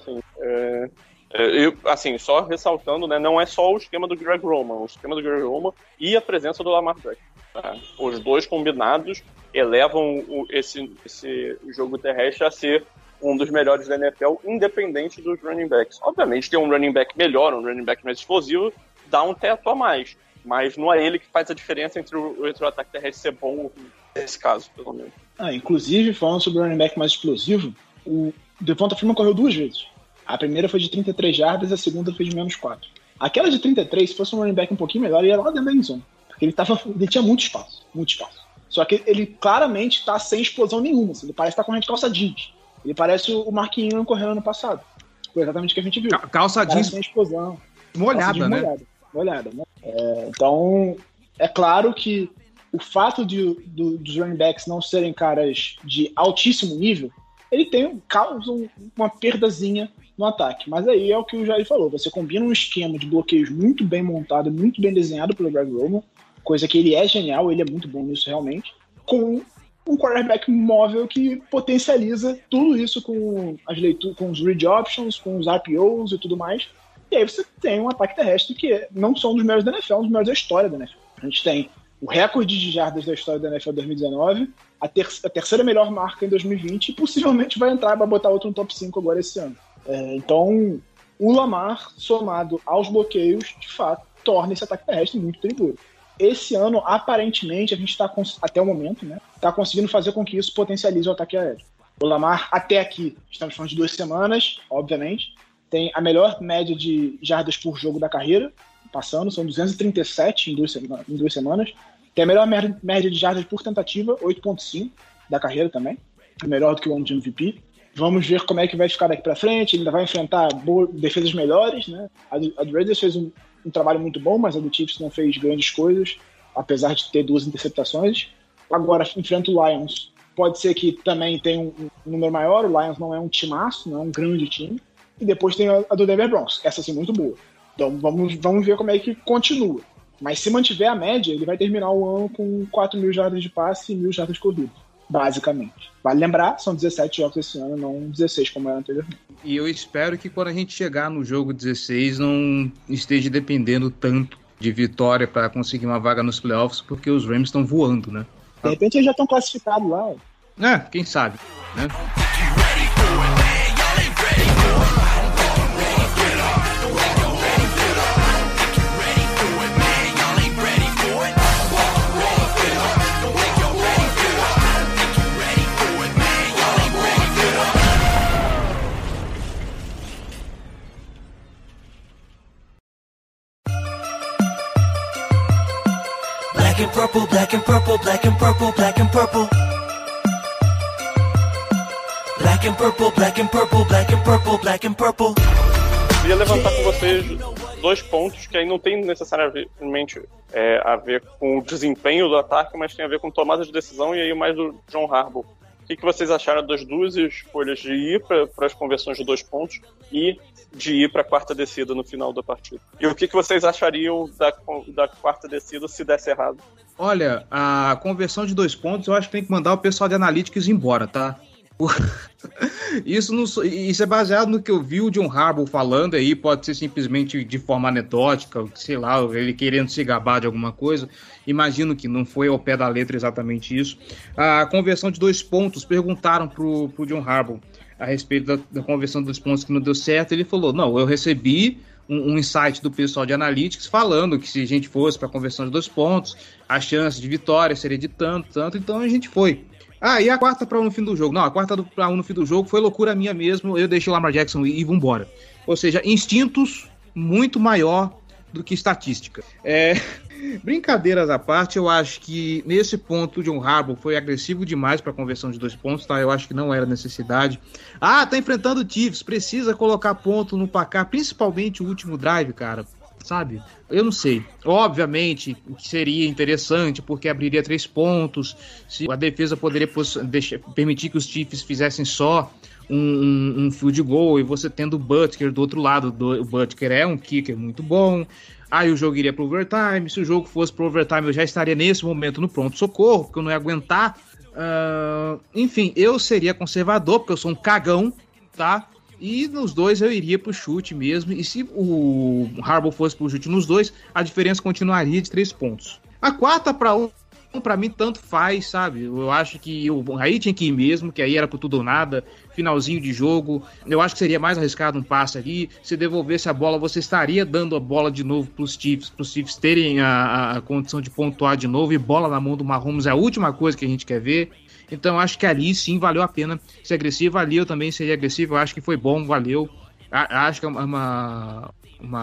assim, só ressaltando, né, não é só o esquema do Greg Roman, o esquema do Greg Roman e a presença do Lamar Jackson. Tá? Os dois combinados elevam esse jogo terrestre a ser um dos melhores da NFL, independente dos running backs. Obviamente, ter um running back melhor, um running back mais explosivo, dá um teto a mais. Mas não é ele que faz a diferença entre o ataque terrestre ser bom ou ruim, nesse caso, pelo menos. Inclusive, falando sobre o running back mais explosivo, o Devonta Freeman correu 2 vezes. A primeira foi de 33 jardas, a segunda foi de menos 4. Aquela de 33, se fosse um running back um pouquinho melhor, ia lá dentro da endzone. Porque ele tinha muito espaço. Só que ele claramente está sem explosão nenhuma. Assim, ele parece estar correndo de calça jeans. Ele parece o Mark Ingram correndo ano passado. Foi exatamente o que a gente viu. Calça jeans sem explosão. Molhada, né? Molhada. Então, é claro que o fato dos running backs não serem caras de altíssimo nível, ele causa uma perdazinha no ataque. Mas aí é o que o Jair falou. Você combina um esquema de bloqueios muito bem montado, muito bem desenhado pelo Greg Roman, coisa que ele é genial, ele é muito bom nisso realmente, com um quarterback móvel que potencializa tudo isso com os read options, com os RPOs e tudo mais. E aí você tem um ataque terrestre que não são dos melhores da NFL, um dos melhores da história da NFL. A gente tem o recorde de jardas da história da NFL 2019, a terceira melhor marca em 2020 e possivelmente vai entrar para botar outro no top 5 agora esse ano. Então, o Lamar, somado aos bloqueios, de fato, torna esse ataque terrestre muito perigoso. Esse ano, aparentemente, a gente está, até o momento, né, está conseguindo fazer com que isso potencialize o ataque aéreo. O Lamar, até aqui, estamos falando de 2 semanas, obviamente, tem a melhor média de jardas por jogo da carreira, passando, são 237 em 2 semanas. Tem a melhor média de jardas por tentativa, 8.5 da carreira também, melhor do que o ano de MVP. Vamos ver como é que vai ficar daqui para frente, ele ainda vai enfrentar defesas melhores, né? A do Raiders fez um trabalho muito bom, mas a do Chiefs não fez grandes coisas, apesar de ter 2 interceptações. Agora enfrenta o Lions, pode ser que também tenha um número maior, o Lions não é um timaço, não é um grande time. E depois tem a do Denver Broncos, essa sim muito boa. Então vamos ver como é que continua. Mas se mantiver a média, ele vai terminar o ano com 4.000 jardas de passe e 1.000 jardas corridas, basicamente. Vale lembrar, são 17 jogos esse ano, não 16 como era anteriormente. E eu espero que quando a gente chegar no jogo 16 não esteja dependendo tanto de vitória para conseguir uma vaga nos playoffs, porque os Rams estão voando, né? De repente eles já estão classificados lá. Quem sabe, né? Black and purple, black and purple, black and purple, black and purple. Black and purple, black and purple, black and purple, black and purple. Queria levantar com vocês 2 pontos que aí não tem necessariamente a ver com o desempenho do ataque, mas tem a ver com tomada de decisão e aí mais do John Harbaugh. O que vocês acharam das 2 escolhas de ir para as conversões de 2 pontos e de ir para a quarta descida no final da partida? E o que vocês achariam da quarta descida se desse errado? Olha, a conversão de 2 pontos eu acho que tem que mandar o pessoal de Analytics embora, tá? Isso é baseado no que eu vi o John Harbaugh falando aí, pode ser simplesmente de forma anedótica, sei lá, ele querendo se gabar de alguma coisa. Imagino que não foi ao pé da letra exatamente isso. A conversão de 2 pontos, perguntaram pro John Harbaugh a respeito da conversão dos pontos que não deu certo. Ele falou, não, eu recebi um insight do pessoal de Analytics falando que se a gente fosse para a conversão de 2 pontos, a chance de vitória seria de tanto, então a gente foi. E a quarta para 1 no fim do jogo? Não, a quarta para 1 no fim do jogo foi loucura minha mesmo, eu deixei o Lamar Jackson ir e vambora. Ou seja, instintos muito maior do que estatística. Brincadeiras à parte, eu acho que nesse ponto o John Harbaugh foi agressivo demais para a conversão de 2 pontos, tá? Eu acho que não era necessidade. Tá enfrentando o Chiefs, precisa colocar ponto no placar, principalmente o último drive, cara. Sabe? Eu não sei. Obviamente, o que seria interessante, porque abriria 3 pontos, se a defesa poderia permitir que os Chiefs fizessem só um field goal, e você tendo o Butker do outro lado. O Butker é um kicker muito bom. Aí o jogo iria pro overtime. Se o jogo fosse pro overtime, eu já estaria nesse momento no pronto-socorro, porque eu não ia aguentar. Enfim, eu seria conservador, porque eu sou um cagão, tá? E nos 2 eu iria pro chute mesmo. E se o Harbaugh fosse pro chute nos 2, a diferença continuaria de 3 pontos. A quarta para 1, pra mim, tanto faz, sabe? Eu acho que aí tinha que ir mesmo, que aí era pro tudo ou nada. Finalzinho de jogo. Eu acho que seria mais arriscado um passe ali. Se devolvesse a bola, você estaria dando a bola de novo pros Chiefs terem a condição de pontuar de novo. E bola na mão do Mahomes é a última coisa que a gente quer ver. Então, acho que ali sim valeu a pena ser agressivo. Ali eu também seria agressivo. Eu acho que foi bom, valeu. Acho que é uma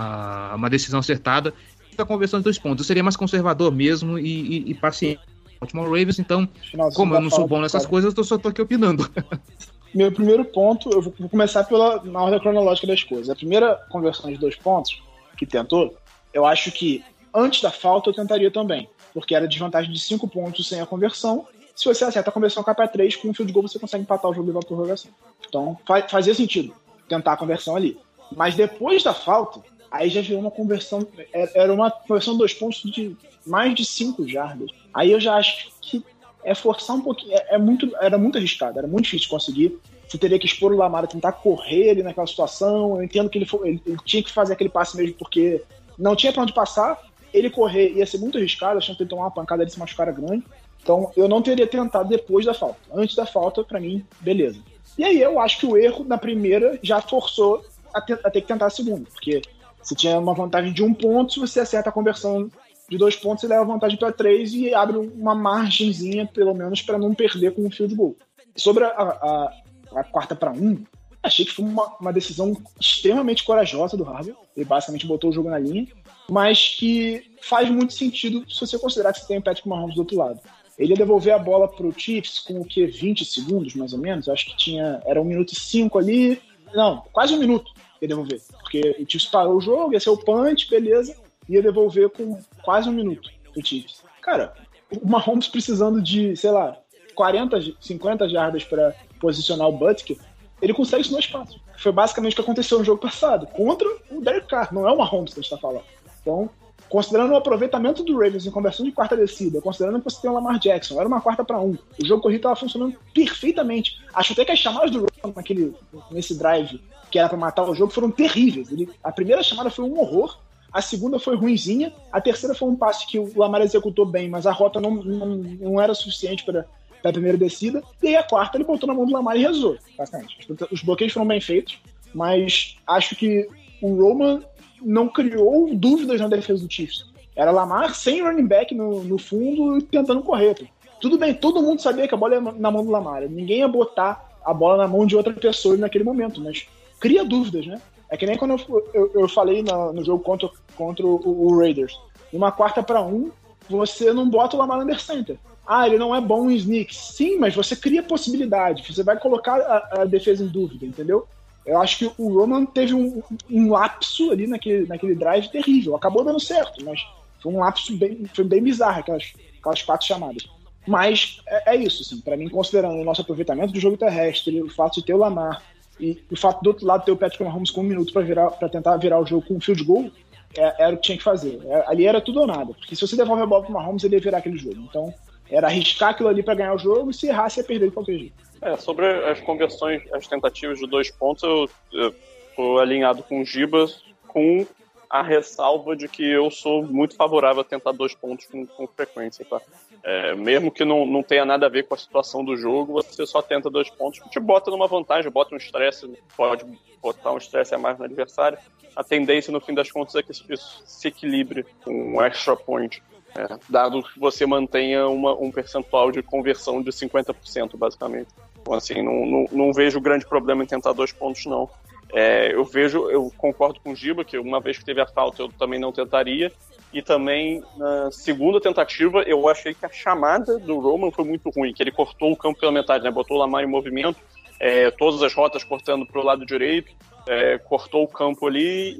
decisão acertada. A conversão de 2 pontos. Eu seria mais conservador mesmo e paciente. Baltimore Ravens, então, como eu não sou bom nessas coisas, eu só tô aqui opinando. Meu primeiro ponto, eu vou começar na ordem cronológica das coisas. A primeira conversão de 2 pontos que tentou, eu acho que antes da falta eu tentaria também, porque era desvantagem de 5 pontos sem a conversão. Se você acerta a conversão, cai para 3, com um field goal você consegue empatar o jogo e levar para prorrogação. Então, fazia sentido tentar a conversão ali. Mas depois da falta, aí já virou uma conversão, era uma conversão de 2 pontos de mais de 5 jardas. Aí eu já acho que é forçar um pouquinho, era muito arriscado, era muito difícil de conseguir. Você teria que expor o Lamar, tentar correr ali naquela situação. Eu entendo que ele tinha que fazer aquele passe mesmo, porque não tinha para onde passar. Ele correr ia ser muito arriscado, a chance de ele tomar uma pancada de se machucar era grande. Então eu não teria tentado depois da falta. Antes da falta, para mim, beleza. E aí eu acho que o erro na primeira já forçou a ter que tentar a segunda, porque você tinha uma vantagem de 1 ponto, se você acerta a conversão de 2 pontos, você leva a vantagem para 3 e abre uma margenzinha, pelo menos, para não perder com o field goal. Sobre a quarta para 1, achei que foi uma decisão extremamente corajosa do Harbaugh. Ele basicamente botou o jogo na linha, mas que faz muito sentido se você considerar que você tem o Patrick Mahomes do outro lado. Ele ia devolver a bola pro Chiefs com o quê? 20 segundos, mais ou menos? Acho que era 1 minuto e 5 ali. Não, quase 1 minuto ia devolver. Porque o Chiefs parou o jogo, ia ser o punch, beleza. Ia devolver com quase 1 minuto pro Chiefs. Cara, o Mahomes precisando de, sei lá, 40, 50 jardas para posicionar o Butker, ele consegue isso no espaço. Foi basicamente o que aconteceu no jogo passado, contra o Derek Carr. Não é o Mahomes que a gente tá falando. Então, considerando o aproveitamento do Ravens em conversão de quarta descida, considerando que você tem o Lamar Jackson, era uma 4-1, o jogo corrido estava funcionando perfeitamente. Acho até que as chamadas do Roman nesse drive, que era para matar o jogo, foram terríveis. A primeira chamada foi um horror, a segunda foi ruinzinha, a terceira foi um passe que o Lamar executou bem, mas a rota não era suficiente para a primeira descida, e aí a quarta ele botou na mão do Lamar e rezou, basicamente. Os bloqueios foram bem feitos, mas acho que o Roman não criou dúvidas na defesa do Chiefs. Era Lamar sem running back no fundo e tentando correr. Tudo bem, todo mundo sabia que a bola ia na mão do Lamar. Ninguém ia botar a bola na mão de outra pessoa naquele momento, mas cria dúvidas, né? É que nem quando eu falei no jogo contra o Raiders. Numa 4-1, você não bota o Lamar under center. Ele não é bom em sneak. Sim, mas você cria possibilidade. Você vai colocar a defesa em dúvida, entendeu? Eu acho que o Roman teve um lapso ali naquele drive terrível. Acabou dando certo, mas foi um lapso bem bizarro, aquelas 4 chamadas. Mas é isso, assim, para mim, considerando o nosso aproveitamento do jogo terrestre, o fato de ter o Lamar e o fato do outro lado ter o Patrick Mahomes com 1 minuto para tentar virar o jogo com um field goal, era o que tinha que fazer. Ali era tudo ou nada, porque se você devolve a bola pro Mahomes, ele ia virar aquele jogo. Então, era arriscar aquilo ali para ganhar o jogo, e se errasse, ia perder de qualquer jeito. Sobre as conversões, as tentativas de 2 pontos, eu tô alinhado com o Gibas, com a ressalva de que eu sou muito favorável a tentar 2 pontos com frequência, tá? Mesmo que não tenha nada a ver com a situação do jogo, você só tenta 2 pontos, que te bota numa vantagem, bota um estresse, pode botar um estresse a mais no adversário. A tendência, no fim das contas, é que isso se equilibre com um extra point. Dado que você mantenha um percentual de conversão de 50%, basicamente. Então, assim, não vejo grande problema em tentar 2 pontos, não. Eu concordo com o Giba, que uma vez que teve a falta, eu também não tentaria. E também, na segunda tentativa, eu achei que a chamada do Roman foi muito ruim, que ele cortou o campo pela metade, né? Botou o Lamar em movimento, todas as rotas cortando para o lado direito, cortou o campo ali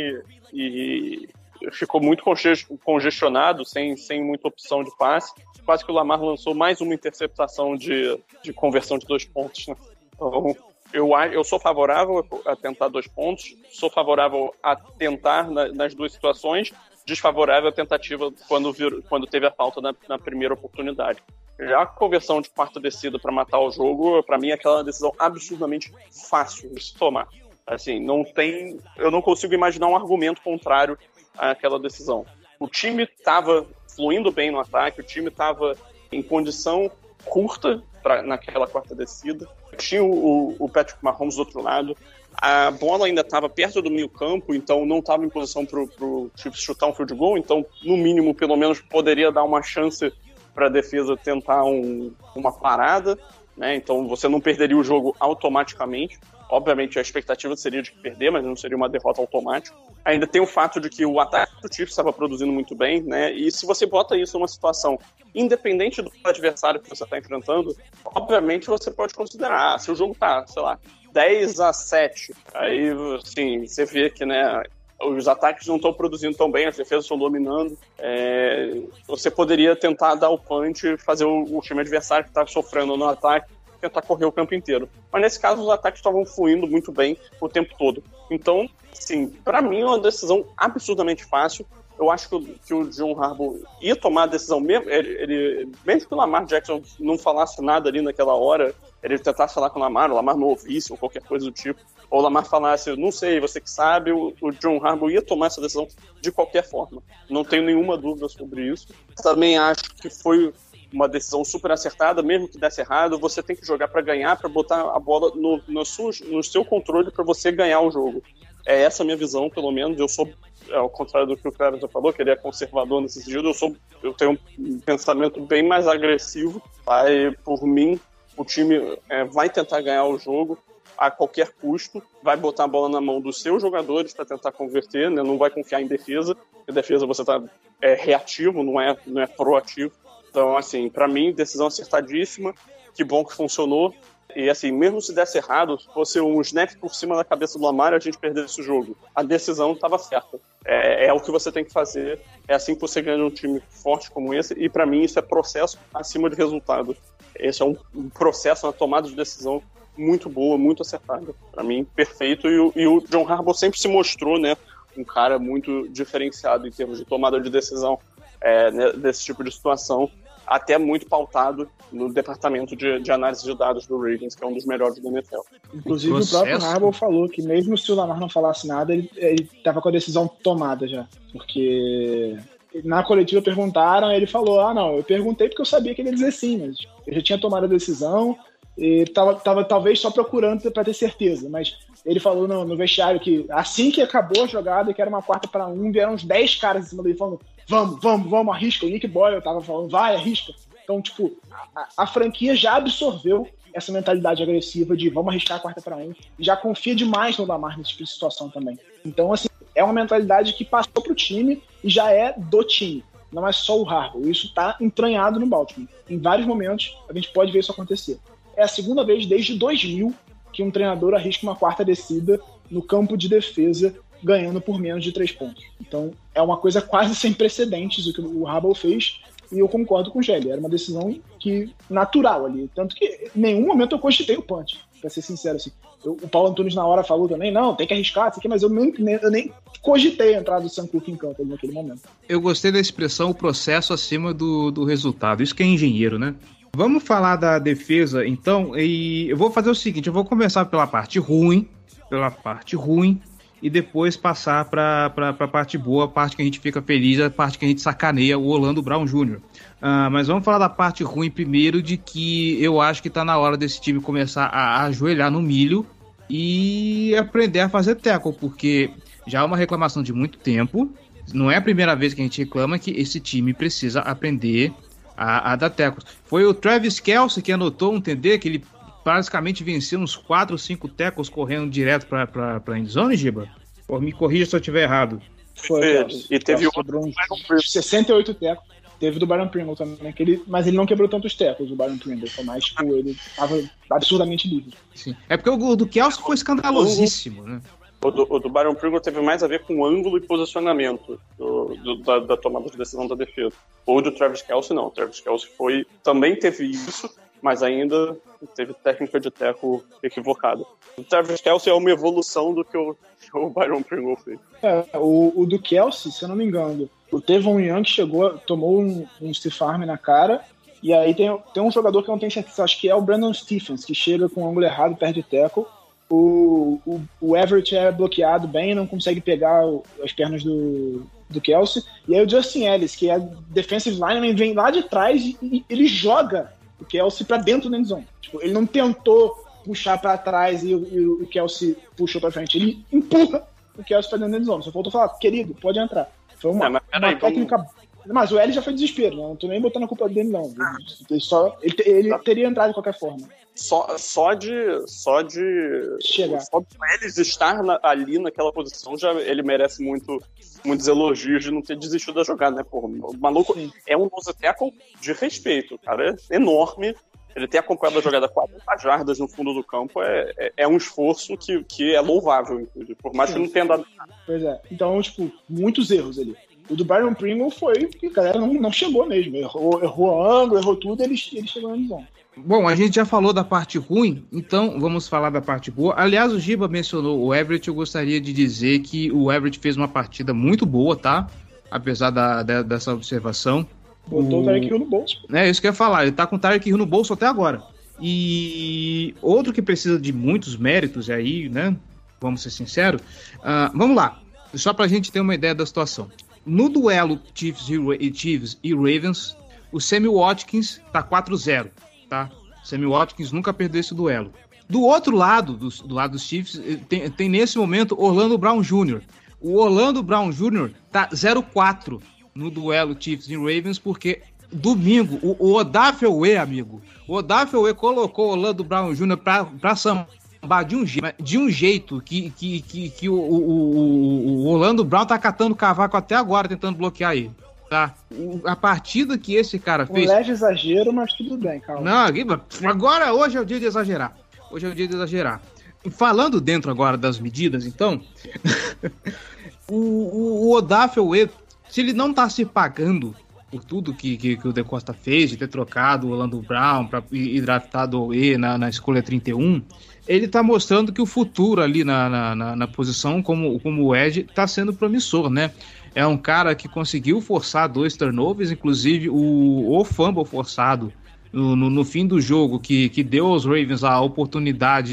e ficou muito congestionado, sem muita opção de passe. Quase que o Lamar lançou mais uma interceptação de conversão de 2 pontos, né? Então, eu sou favorável a tentar 2 pontos, sou favorável a tentar nas 2 situações, desfavorável a tentativa quando teve a falta na primeira oportunidade. Já a conversão de quarta descida para matar o jogo, para mim, é aquela decisão absurdamente fácil de se tomar. Assim, eu não consigo imaginar um argumento contrário àquela decisão. O time estava fluindo bem no ataque, o time estava em condição curta naquela quarta descida. Tinha o Patrick Mahomes do outro lado. A bola ainda estava perto do meio campo, então não estava em posição para o Chiefs chutar um field goal. Então, no mínimo, pelo menos, poderia dar uma chance para a defesa tentar uma parada, né? Então, você não perderia o jogo automaticamente. Obviamente, a expectativa seria de perder, mas não seria uma derrota automática. Ainda tem o fato de que o ataque do Chiefs estava produzindo muito bem, né? E se você bota isso numa situação independente do adversário que você está enfrentando, obviamente você pode considerar, se o jogo tá, sei lá, 10-7, aí, assim, você vê que, né, os ataques não estão produzindo tão bem, as defesas estão dominando, você poderia tentar dar o punch e fazer o time adversário que está sofrendo no ataque tentar correr o campo inteiro. Mas nesse caso os ataques estavam fluindo muito bem o tempo todo. Então, sim, para mim é uma decisão absurdamente fácil. Eu acho que o John Harbaugh ia tomar a decisão mesmo, mesmo que o Lamar Jackson não falasse nada ali naquela hora, ele tentasse falar com o Lamar não ouvisse ou qualquer coisa do tipo, ou o Lamar falasse, não sei, você que sabe, o John Harbaugh ia tomar essa decisão de qualquer forma. Não tenho nenhuma dúvida sobre isso. Também acho que foi uma decisão super acertada, mesmo que desse errado, você tem que jogar para ganhar, para botar a bola no seu controle para você ganhar o jogo. É essa a minha visão, pelo menos. Eu sou, ao contrário do que o Cleber já falou, que ele é conservador nesse sentido, eu tenho um pensamento bem mais agressivo. Por mim, o time vai tentar ganhar o jogo a qualquer custo, vai botar a bola na mão dos seus jogadores para tentar converter, né? Não vai confiar em defesa. Em defesa você está reativo, não é proativo. Então, assim, para mim, decisão acertadíssima, que bom que funcionou. E, assim, mesmo se desse errado, se fosse um snap por cima da cabeça do Lamar, a gente perdesse o jogo. A decisão estava certa. É o que você tem que fazer. É assim que você ganha um time forte como esse. E, para mim, isso é processo acima de resultado. Esse é um processo, uma tomada de decisão muito boa, muito acertada. Para mim, perfeito. E o John Harbaugh sempre se mostrou, né, um cara muito diferenciado em termos de tomada de decisão desse tipo de situação, até muito pautado no departamento de análise de dados do Ravens, que é um dos melhores do NFL. Inclusive, o próprio Harbaugh falou que mesmo se o Lamar não falasse nada, ele estava com a decisão tomada já. Porque na coletiva perguntaram, ele falou, não, eu perguntei porque eu sabia que ele ia dizer sim, mas eu já tinha tomado a decisão, e tava talvez só procurando para ter certeza, mas ele falou no vestiário que assim que acabou a jogada, que era uma 4-1, vieram uns 10 caras em cima dele falando, vamos, arrisca. O Nick Boyle tava falando, vai, arrisca. Então, tipo, a franquia já absorveu essa mentalidade agressiva de vamos arriscar a 4-1 e já confia demais no Lamar nesse tipo de situação também. Então, assim, é uma mentalidade que passou pro time e já é do time. Não é só o Harbaugh. Isso tá entranhado no Baltimore. Em vários momentos, a gente pode ver isso acontecer. É a segunda vez desde 2000 que um treinador arrisca uma 4ª descida no campo de defesa, ganhando por menos de 3 pontos. Então, é uma coisa quase sem precedentes o que o Harbaugh fez, e eu concordo com o Gelli. Era uma decisão natural ali. Tanto que em nenhum momento eu cogitei o punch, pra ser sincero. Assim. O Paulo Antunes na hora falou também, não, tem que arriscar, mas eu nem cogitei a entrada do Sam Cook em campo ali naquele momento. Eu gostei da expressão, o processo acima do resultado. Isso que é engenheiro, né? Vamos falar da defesa, então, e eu vou fazer o seguinte, eu vou começar pela parte ruim, e depois passar para a parte boa, a parte que a gente fica feliz, a parte que a gente sacaneia o Orlando Brown Jr. Mas vamos falar da parte ruim primeiro, de que eu acho que está na hora desse time começar a ajoelhar no milho e aprender a fazer tackle, porque já é uma reclamação de muito tempo, não é a primeira vez que a gente reclama que esse time precisa aprender a dar tackles. Foi o Travis Kelce que anotou um TD que ele basicamente venceu uns 4 ou 5 tackles correndo direto pra endzone, Giba? Me corrija se eu estiver errado. Foi, e teve uns 68 tackles. Teve do Byron Pringle também, mas ele não quebrou tantos tackles, o Byron Pringle. Foi mais, ele tava absurdamente livre. Sim. É porque o do Kelce foi escandalosíssimo, né? O do Byron Pringle teve mais a ver com o ângulo e posicionamento da tomada de decisão da defesa. O do Travis Kelce, não. O Travis Kelce também teve isso, mas ainda teve técnica de tackle equivocada. O Travis Kelce é uma evolução do que o Byron Pringle fez. O do Kelce, se eu não me engano, o Tevon Young tomou um stiff arm na cara, e aí tem um jogador que eu não tenho certeza, acho que é o Brandon Stephens, que chega com o ângulo errado e perde tackle. O Everett é bloqueado bem, não consegue pegar as pernas do Kelce, e aí o Justin Ellis, que é defensive lineman, vem lá de trás e ele joga o Kelce pra dentro da endzone. Tipo, ele não tentou puxar pra trás e o Kelce puxou pra frente, ele empurra o Kelce pra dentro da endzone. Só faltou falar, querido, pode entrar. Foi uma técnica... Mas o Ellis já foi desespero, né? Não tô nem botando a culpa dele, não. Ele teria entrado de qualquer forma. Só de chegar. Só de Ellis estar ali naquela posição, ele merece muitos elogios de não ter desistido da jogada, né? Porra, o maluco é um nose tackle de respeito, o cara é enorme. Ele ter acompanhado a jogada 40 jardas no fundo do campo é um esforço que é louvável, inclusive, por mais que não tenha dado nada. Pois é. Então, tipo, muitos erros ali. O do Byron Pringle foi que a galera não chegou mesmo. Errou ângulo, errou tudo, ele chegou na visão. Bom, a gente já falou da parte ruim, então vamos falar da parte boa. Aliás, o Giba mencionou o Everett, eu gostaria de dizer que o Everett fez uma partida muito boa, tá? Apesar dessa observação. Botou o Tyreek Hill no bolso. É isso que eu ia falar, ele tá com o Tyreek Hill no bolso até agora. E outro que precisa de muitos méritos aí, né? Vamos ser sinceros. Vamos lá, só pra gente ter uma ideia da situação. No duelo Chiefs e Ravens, o Sammy Watkins tá 4-0, tá? Sammy Watkins nunca perdeu esse duelo. Do outro lado, do lado dos Chiefs, tem nesse momento Orlando Brown Jr. O Orlando Brown Jr. tá 0-4 no duelo Chiefs e Ravens, porque domingo, o Odafe, amigo, o Odafe colocou o Orlando Brown Jr. pra sambar de um jeito que o Orlando Brown tá catando cavaco até agora, tentando bloquear ele, tá? A partida que esse cara fez... Um leve exagero, mas tudo bem, calma. Não, agora, hoje é o dia de exagerar. E falando dentro agora das medidas, então, o Odafe, se ele não tá se pagando por tudo que o De Costa fez, de ter trocado o Orlando Brown e draftado o E na escolha 31, ele tá mostrando que o futuro ali na posição como o Edge tá sendo promissor, né? É um cara que conseguiu forçar 2 turnovers, inclusive o fumble forçado no fim do jogo, que deu aos Ravens a oportunidade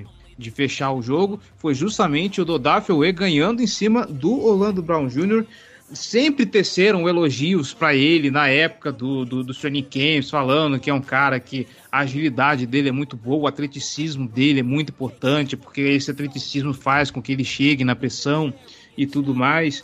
de fechar o jogo, foi justamente o Odafe Oweh ganhando em cima do Orlando Brown Jr., sempre teceram elogios para ele na época dos training camps, falando que é um cara que a agilidade dele é muito boa, o atleticismo dele é muito importante, porque esse atleticismo faz com que ele chegue na pressão e tudo mais.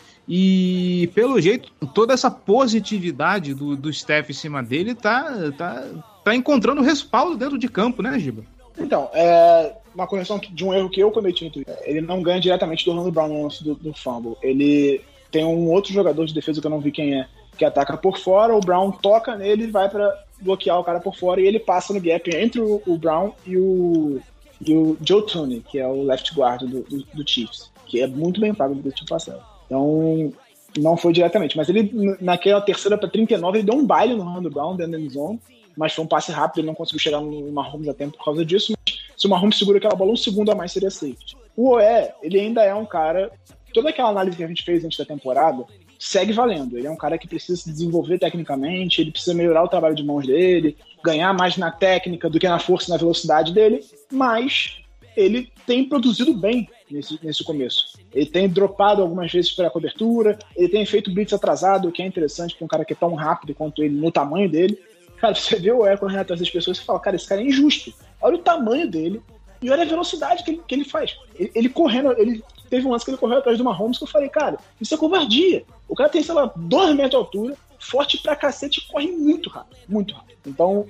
E, pelo jeito, toda essa positividade do Steph em cima dele tá encontrando respaldo dentro de campo, né, Giba? Então, é uma correção de um erro que eu cometi no Twitter. Ele não ganha diretamente do Orlando Brown no lance do fumble. Ele tem um outro jogador de defesa que eu não vi quem é, que ataca por fora, o Brown toca nele e vai pra bloquear o cara por fora, e ele passa no gap entre o Brown e o Joe Thuney, que é o left guard do Chiefs, que é muito bem pago do time passado. Então, não foi diretamente, mas ele, naquela terceira para 39, ele deu um baile no Orlando Brown dentro da end zone, mas foi um passe rápido, ele não conseguiu chegar no Mahomes a tempo por causa disso, mas se o Mahomes segura aquela bola, um segundo a mais seria safety. O Oweh, ele ainda é um cara, toda aquela análise que a gente fez antes da temporada, segue valendo. Ele é um cara que precisa se desenvolver tecnicamente, ele precisa melhorar o trabalho de mãos dele, ganhar mais na técnica do que na força e na velocidade dele, mas ele tem produzido bem nesse começo. Ele tem dropado algumas vezes para a cobertura, ele tem feito blitz atrasado, o que é interessante para um cara que é tão rápido quanto ele, no tamanho dele. Cara, você vê o Oweh correndo atrás das pessoas e fala, cara, esse cara é injusto. Olha o tamanho dele e olha a velocidade que ele faz. Ele correndo, ele teve um lance que ele correu atrás do Mahomes que eu falei, cara, isso é covardia. O cara tem, sei lá, 2 metros de altura, forte pra cacete e corre muito rápido, muito rápido. Então,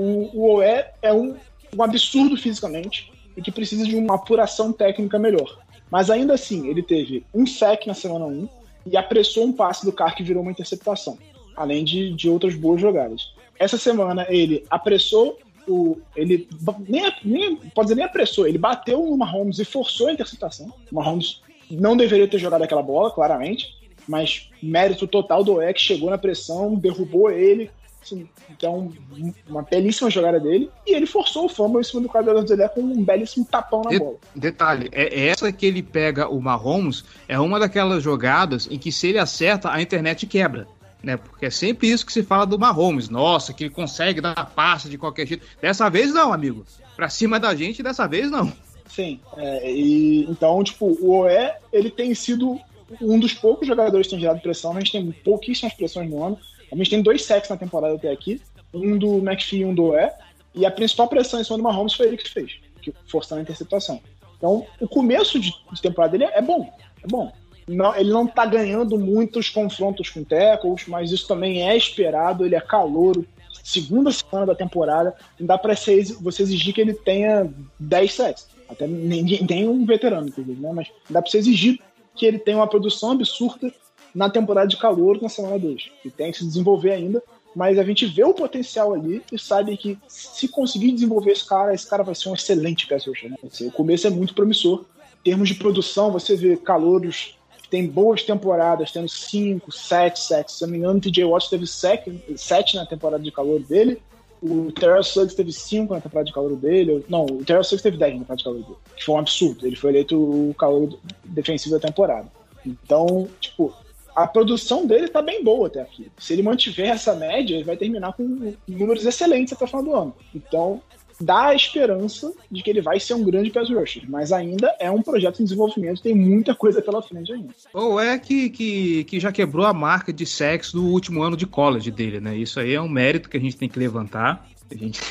o Oweh é um absurdo fisicamente e que precisa de uma apuração técnica melhor. Mas ainda assim, ele teve um sack na semana 1 e apressou um passe do Carr que virou uma interceptação, além de outras boas jogadas. Essa semana ele apressou ele pode dizer nem apressou, ele bateu no Mahomes e forçou a interceptação. O Mahomes não deveria ter jogado aquela bola, claramente, mas mérito total do Oweh, que chegou na pressão, derrubou ele. Assim, então, uma belíssima jogada dele, e ele forçou o fumble em cima do quadrador dele com um belíssimo tapão na bola. Detalhe, essa que ele pega o Mahomes é uma daquelas jogadas em que se ele acerta, a internet quebra, né? Porque é sempre isso que se fala do Mahomes. Nossa, que ele consegue dar passe de qualquer jeito. Dessa vez não, amigo. Pra cima da gente, dessa vez não. Sim, então, tipo, o Oweh, ele tem sido um dos poucos jogadores que tem gerado pressão. A gente tem pouquíssimas pressões no ano. A gente tem 2 sacks na temporada até aqui, um do McPhee e um do Oweh, e a principal pressão em cima do Mahomes foi ele que fez, forçando a interceptação. Então, o começo de temporada dele é bom. Não, ele não tá ganhando muitos confrontos com tackles, mas isso também é esperado, ele é calouro, segunda semana da temporada, não dá pra você exigir que ele tenha 10 sacks, até nem um veterano, inclusive, né? Mas dá pra você exigir que ele tenha uma produção absurda na temporada de calor na semana 2. E tem que se desenvolver ainda, mas a gente vê o potencial ali e sabe que se conseguir desenvolver esse cara vai ser um excelente pass rusher, né? O começo é muito promissor. Em termos de produção, você vê calouros que tem boas temporadas, tendo 5, 7 sacks. Se não me engano, o TJ Watt teve 7 na temporada de calor dele. O Terrell Suggs teve 5 na temporada de calor dele. Não, o Terrell Suggs teve 10 na temporada de calor dele. Que foi um absurdo. Ele foi eleito o calor defensivo da temporada. Então, tipo, a produção dele tá bem boa até aqui. Se ele mantiver essa média, ele vai terminar com números excelentes até o final do ano. Então, dá a esperança de que ele vai ser um grande pass rusher, mas ainda é um projeto em desenvolvimento, tem muita coisa pela frente ainda. Ou é que já quebrou a marca de sacks do último ano de college dele, né? Isso aí é um mérito que a gente tem que levantar, a gente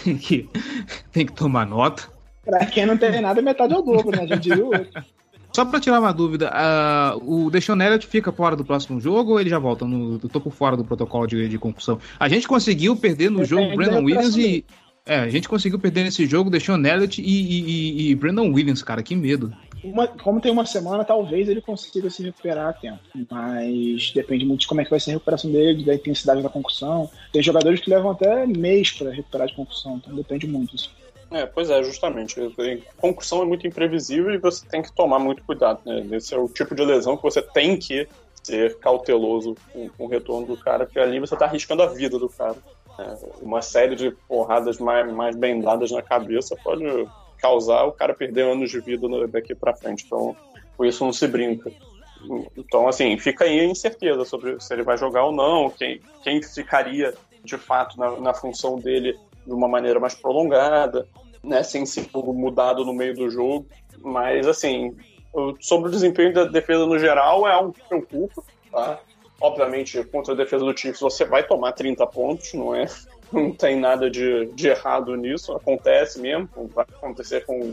tem que tomar nota. Pra quem não tem nada, metade é o dobro, né? A gente diria o outro. Só pra tirar uma dúvida, o Deshaun Elliott fica fora do próximo jogo ou ele já volta? Eu tô por fora do protocolo de concussão. A gente conseguiu perder no jogo Brandon Williams e... a gente conseguiu perder nesse jogo Deshaun Elliott e Brandon Williams, cara, que medo. Como tem uma semana, talvez ele consiga se recuperar a tempo. Mas depende muito de como é que vai ser a recuperação dele, da intensidade da concussão. Tem jogadores que levam até mês pra recuperar de concussão, então depende muito disso. Pois é, justamente. Concussão é muito imprevisível e você tem que tomar muito cuidado, né? Esse é o tipo de lesão que você tem que ser cauteloso com o retorno do cara, porque ali você tá arriscando a vida do cara. Uma série de porradas mais bem dadas na cabeça pode causar o cara perder anos de vida daqui pra frente. Então, com isso não se brinca. Então, assim, fica aí a incerteza sobre se ele vai jogar ou não, quem ficaria, de fato, na função dele de uma maneira mais prolongada, né, sem ser mudado no meio do jogo. Mas, assim, sobre o desempenho da defesa no geral, é algo que preocupa, tá? Obviamente, contra a defesa do Chiefs, você vai tomar 30 pontos, não tem nada de errado nisso, acontece mesmo, vai acontecer com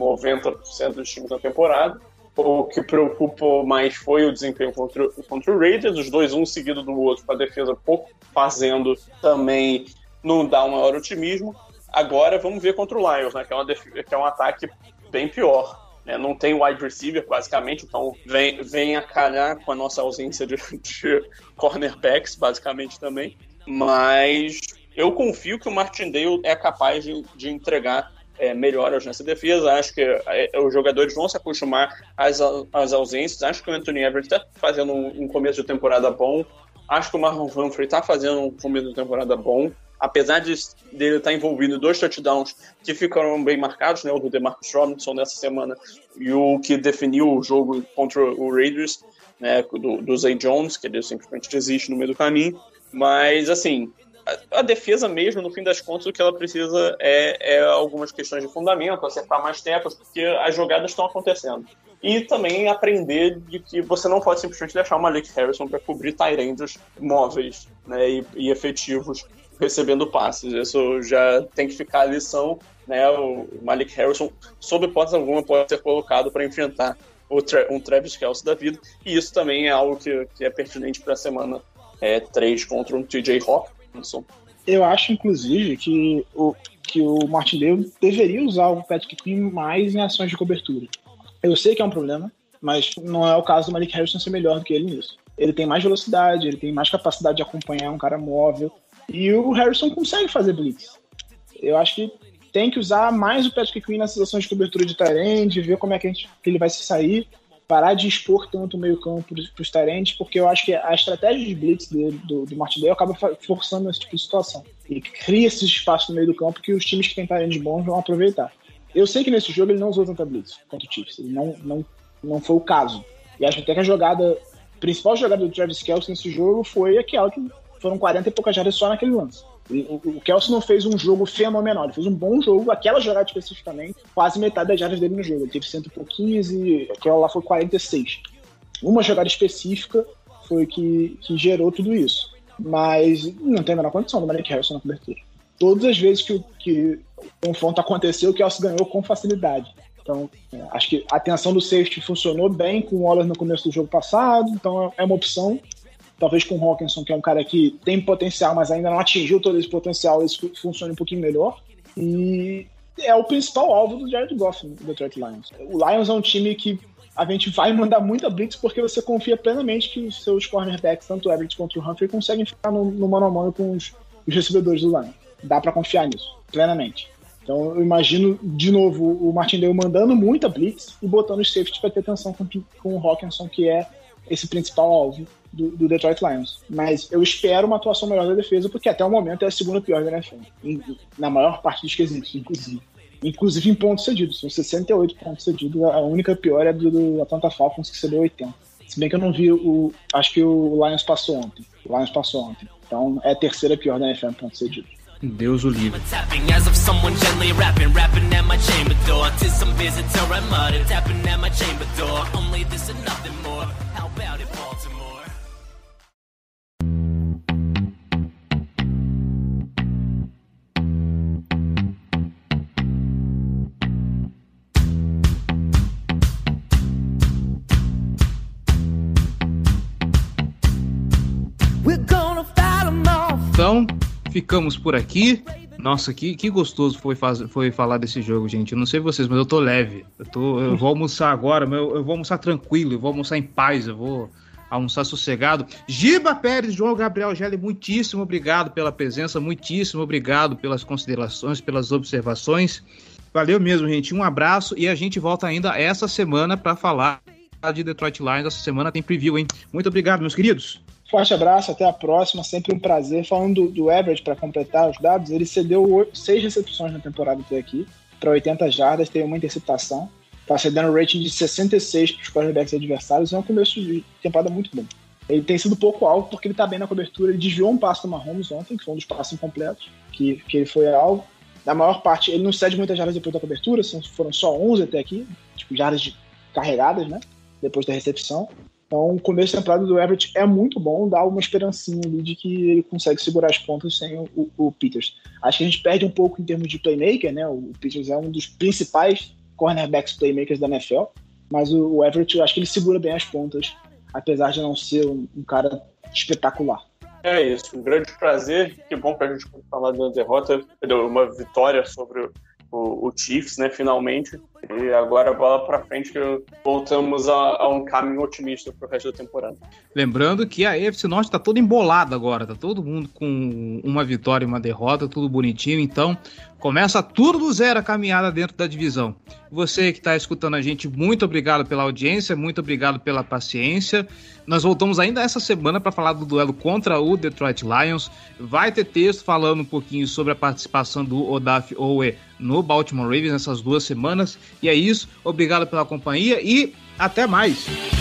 90% dos times na temporada. O que preocupa mais foi o desempenho contra o Raiders, os dois, um seguido do outro, com a defesa pouco fazendo, também não dá um maior otimismo. Agora vamos ver contra o Lions, né, que é um ataque bem pior. Não tem wide receiver, basicamente, então vem a calhar com a nossa ausência de cornerbacks, basicamente, também. Mas eu confio que o Martindale é capaz de entregar melhoras nessa defesa. Acho que os jogadores vão se acostumar às ausências. Acho que o Anthony Everett está fazendo um começo de temporada bom. Acho que o Marlon Humphrey está fazendo um começo de temporada bom. Apesar dele estar envolvido em 2 touchdowns que ficaram bem marcados, né, o do DeMarcus Robinson nessa semana e o que definiu o jogo contra o Raiders, né, do Zay Jones, que ele simplesmente desiste no meio do caminho. Mas, assim, a defesa mesmo, no fim das contas, o que ela precisa é algumas questões de fundamento, acertar mais teclas, porque as jogadas estão acontecendo. E também aprender de que você não pode simplesmente deixar o Malik Harrison para cobrir tight ends móveis, né, e efetivos recebendo passes. Isso já tem que ficar a lição, né? O Malik Harrison, sob hipótese alguma, pode ser colocado para enfrentar um Travis Kelce da vida, e isso também é algo que é pertinente para a semana 3 contra um TJ Hawkinson. Eu acho, inclusive, que o Martindale deveria usar o Patrick Queen mais em ações de cobertura. Eu sei que é um problema, mas não é o caso do Malik Harrison ser melhor do que ele nisso. Ele tem mais velocidade, ele tem mais capacidade de acompanhar um cara móvel, e o Harrison consegue fazer blitz. Eu acho que tem que usar mais o Patrick Queen nessas ações de cobertura de tight end, ver como é que ele vai se sair, parar de expor tanto o meio campo para os tight ends, porque eu acho que a estratégia de blitz do Martindale acaba forçando esse tipo de situação. E cria esse espaço no meio do campo que os times que têm tight ends bons vão aproveitar. Eu sei que nesse jogo ele não usou tanta blitz contra o Chiefs, ele não foi o caso. E acho até que a principal jogada do Travis Kelce nesse jogo foi aquela que foram 40 e poucas jardas só naquele lance. O Kelce não fez um jogo fenomenal, ele fez um bom jogo, aquela jogada especificamente, quase metade das jardas dele no jogo. Ele teve 100 e pouquinhos e aquela lá foi 46. Uma jogada específica foi que gerou tudo isso. Mas não tem a menor condição do Malik Harrison na cobertura. Todas as vezes que o confronto aconteceu, o Kelce ganhou com facilidade. Então, acho que a atenção do safety funcionou bem com o Waller no começo do jogo passado, então é uma opção. Talvez com o Hawkinson, que é um cara que tem potencial, mas ainda não atingiu todo esse potencial, isso funcione um pouquinho melhor. E é o principal alvo do Jared Goff, do Detroit Lions. O Lions é um time que a gente vai mandar muita blitz porque você confia plenamente que os seus cornerbacks, tanto o Everett quanto o Humphrey, conseguem ficar no mano a mano com os recebedores do Lions. Dá pra confiar nisso, plenamente. Então eu imagino, de novo, o Martindale mandando muita blitz e botando os safeties para ter atenção com o Hawkinson, que é esse principal alvo do Detroit Lions. Mas eu espero uma atuação melhor da defesa, porque até o momento é a segunda pior da NFL. Na maior parte dos quesitos, inclusive em pontos cedidos. São 68 pontos cedidos. A única pior é do Atlanta Falcons, que cedeu 80. Se bem que eu não vi acho que o Lions passou ontem. Então é a terceira pior da NFL em pontos cedidos. Deus o livre. Então, ficamos por aqui. Nossa, que gostoso foi falar desse jogo, gente. Eu não sei vocês, mas eu tô leve. Eu vou almoçar agora, mas eu vou almoçar tranquilo, eu vou almoçar em paz, eu vou almoçar sossegado. Giba Pérez, João Gabriel Gelli, muitíssimo obrigado pela presença, muitíssimo obrigado pelas considerações, pelas observações. Valeu mesmo, gente. Um abraço e a gente volta ainda essa semana para falar de Detroit Lions. Essa semana tem preview, hein? Muito obrigado, meus queridos. Forte abraço, até a próxima, sempre um prazer. Falando do Everett, para completar os dados, ele cedeu 6 recepções na temporada até aqui, para 80 jardas, tem uma interceptação, tá cedendo um rating de 66 para os quarterbacks adversários, é um começo de temporada muito bom. Ele tem sido pouco alvo porque ele tá bem na cobertura, ele desviou um passe do Mahomes ontem, que foi um dos passes incompletos, que ele foi alvo. Na maior parte, ele não cede muitas jardas depois da cobertura, foram só 11 até aqui, tipo jardas carregadas, né, depois da recepção. Então, o começo da temporada do Everett é muito bom, dá uma esperancinha ali de que ele consegue segurar as pontas sem o Peters. Acho que a gente perde um pouco em termos de playmaker, né? O Peters é um dos principais cornerbacks playmakers da NFL, mas o Everett, eu acho que ele segura bem as pontas, apesar de não ser um cara espetacular. É isso, um grande prazer. Que bom que a gente pode falar de uma derrota, uma vitória sobre o Chiefs, né, finalmente. E agora a bola pra frente, que voltamos a um caminho otimista pro resto da temporada. Lembrando que a AFC Norte tá toda embolada agora, tá todo mundo com uma vitória e uma derrota, tudo bonitinho, então começa tudo do zero a caminhada dentro da divisão. Você que está escutando a gente, muito obrigado pela audiência, muito obrigado pela paciência. Nós voltamos ainda essa semana para falar do duelo contra o Detroit Lions. Vai ter texto falando um pouquinho sobre a participação do Odafe Oweh no Baltimore Ravens nessas 2 semanas. E é isso, obrigado pela companhia e até mais!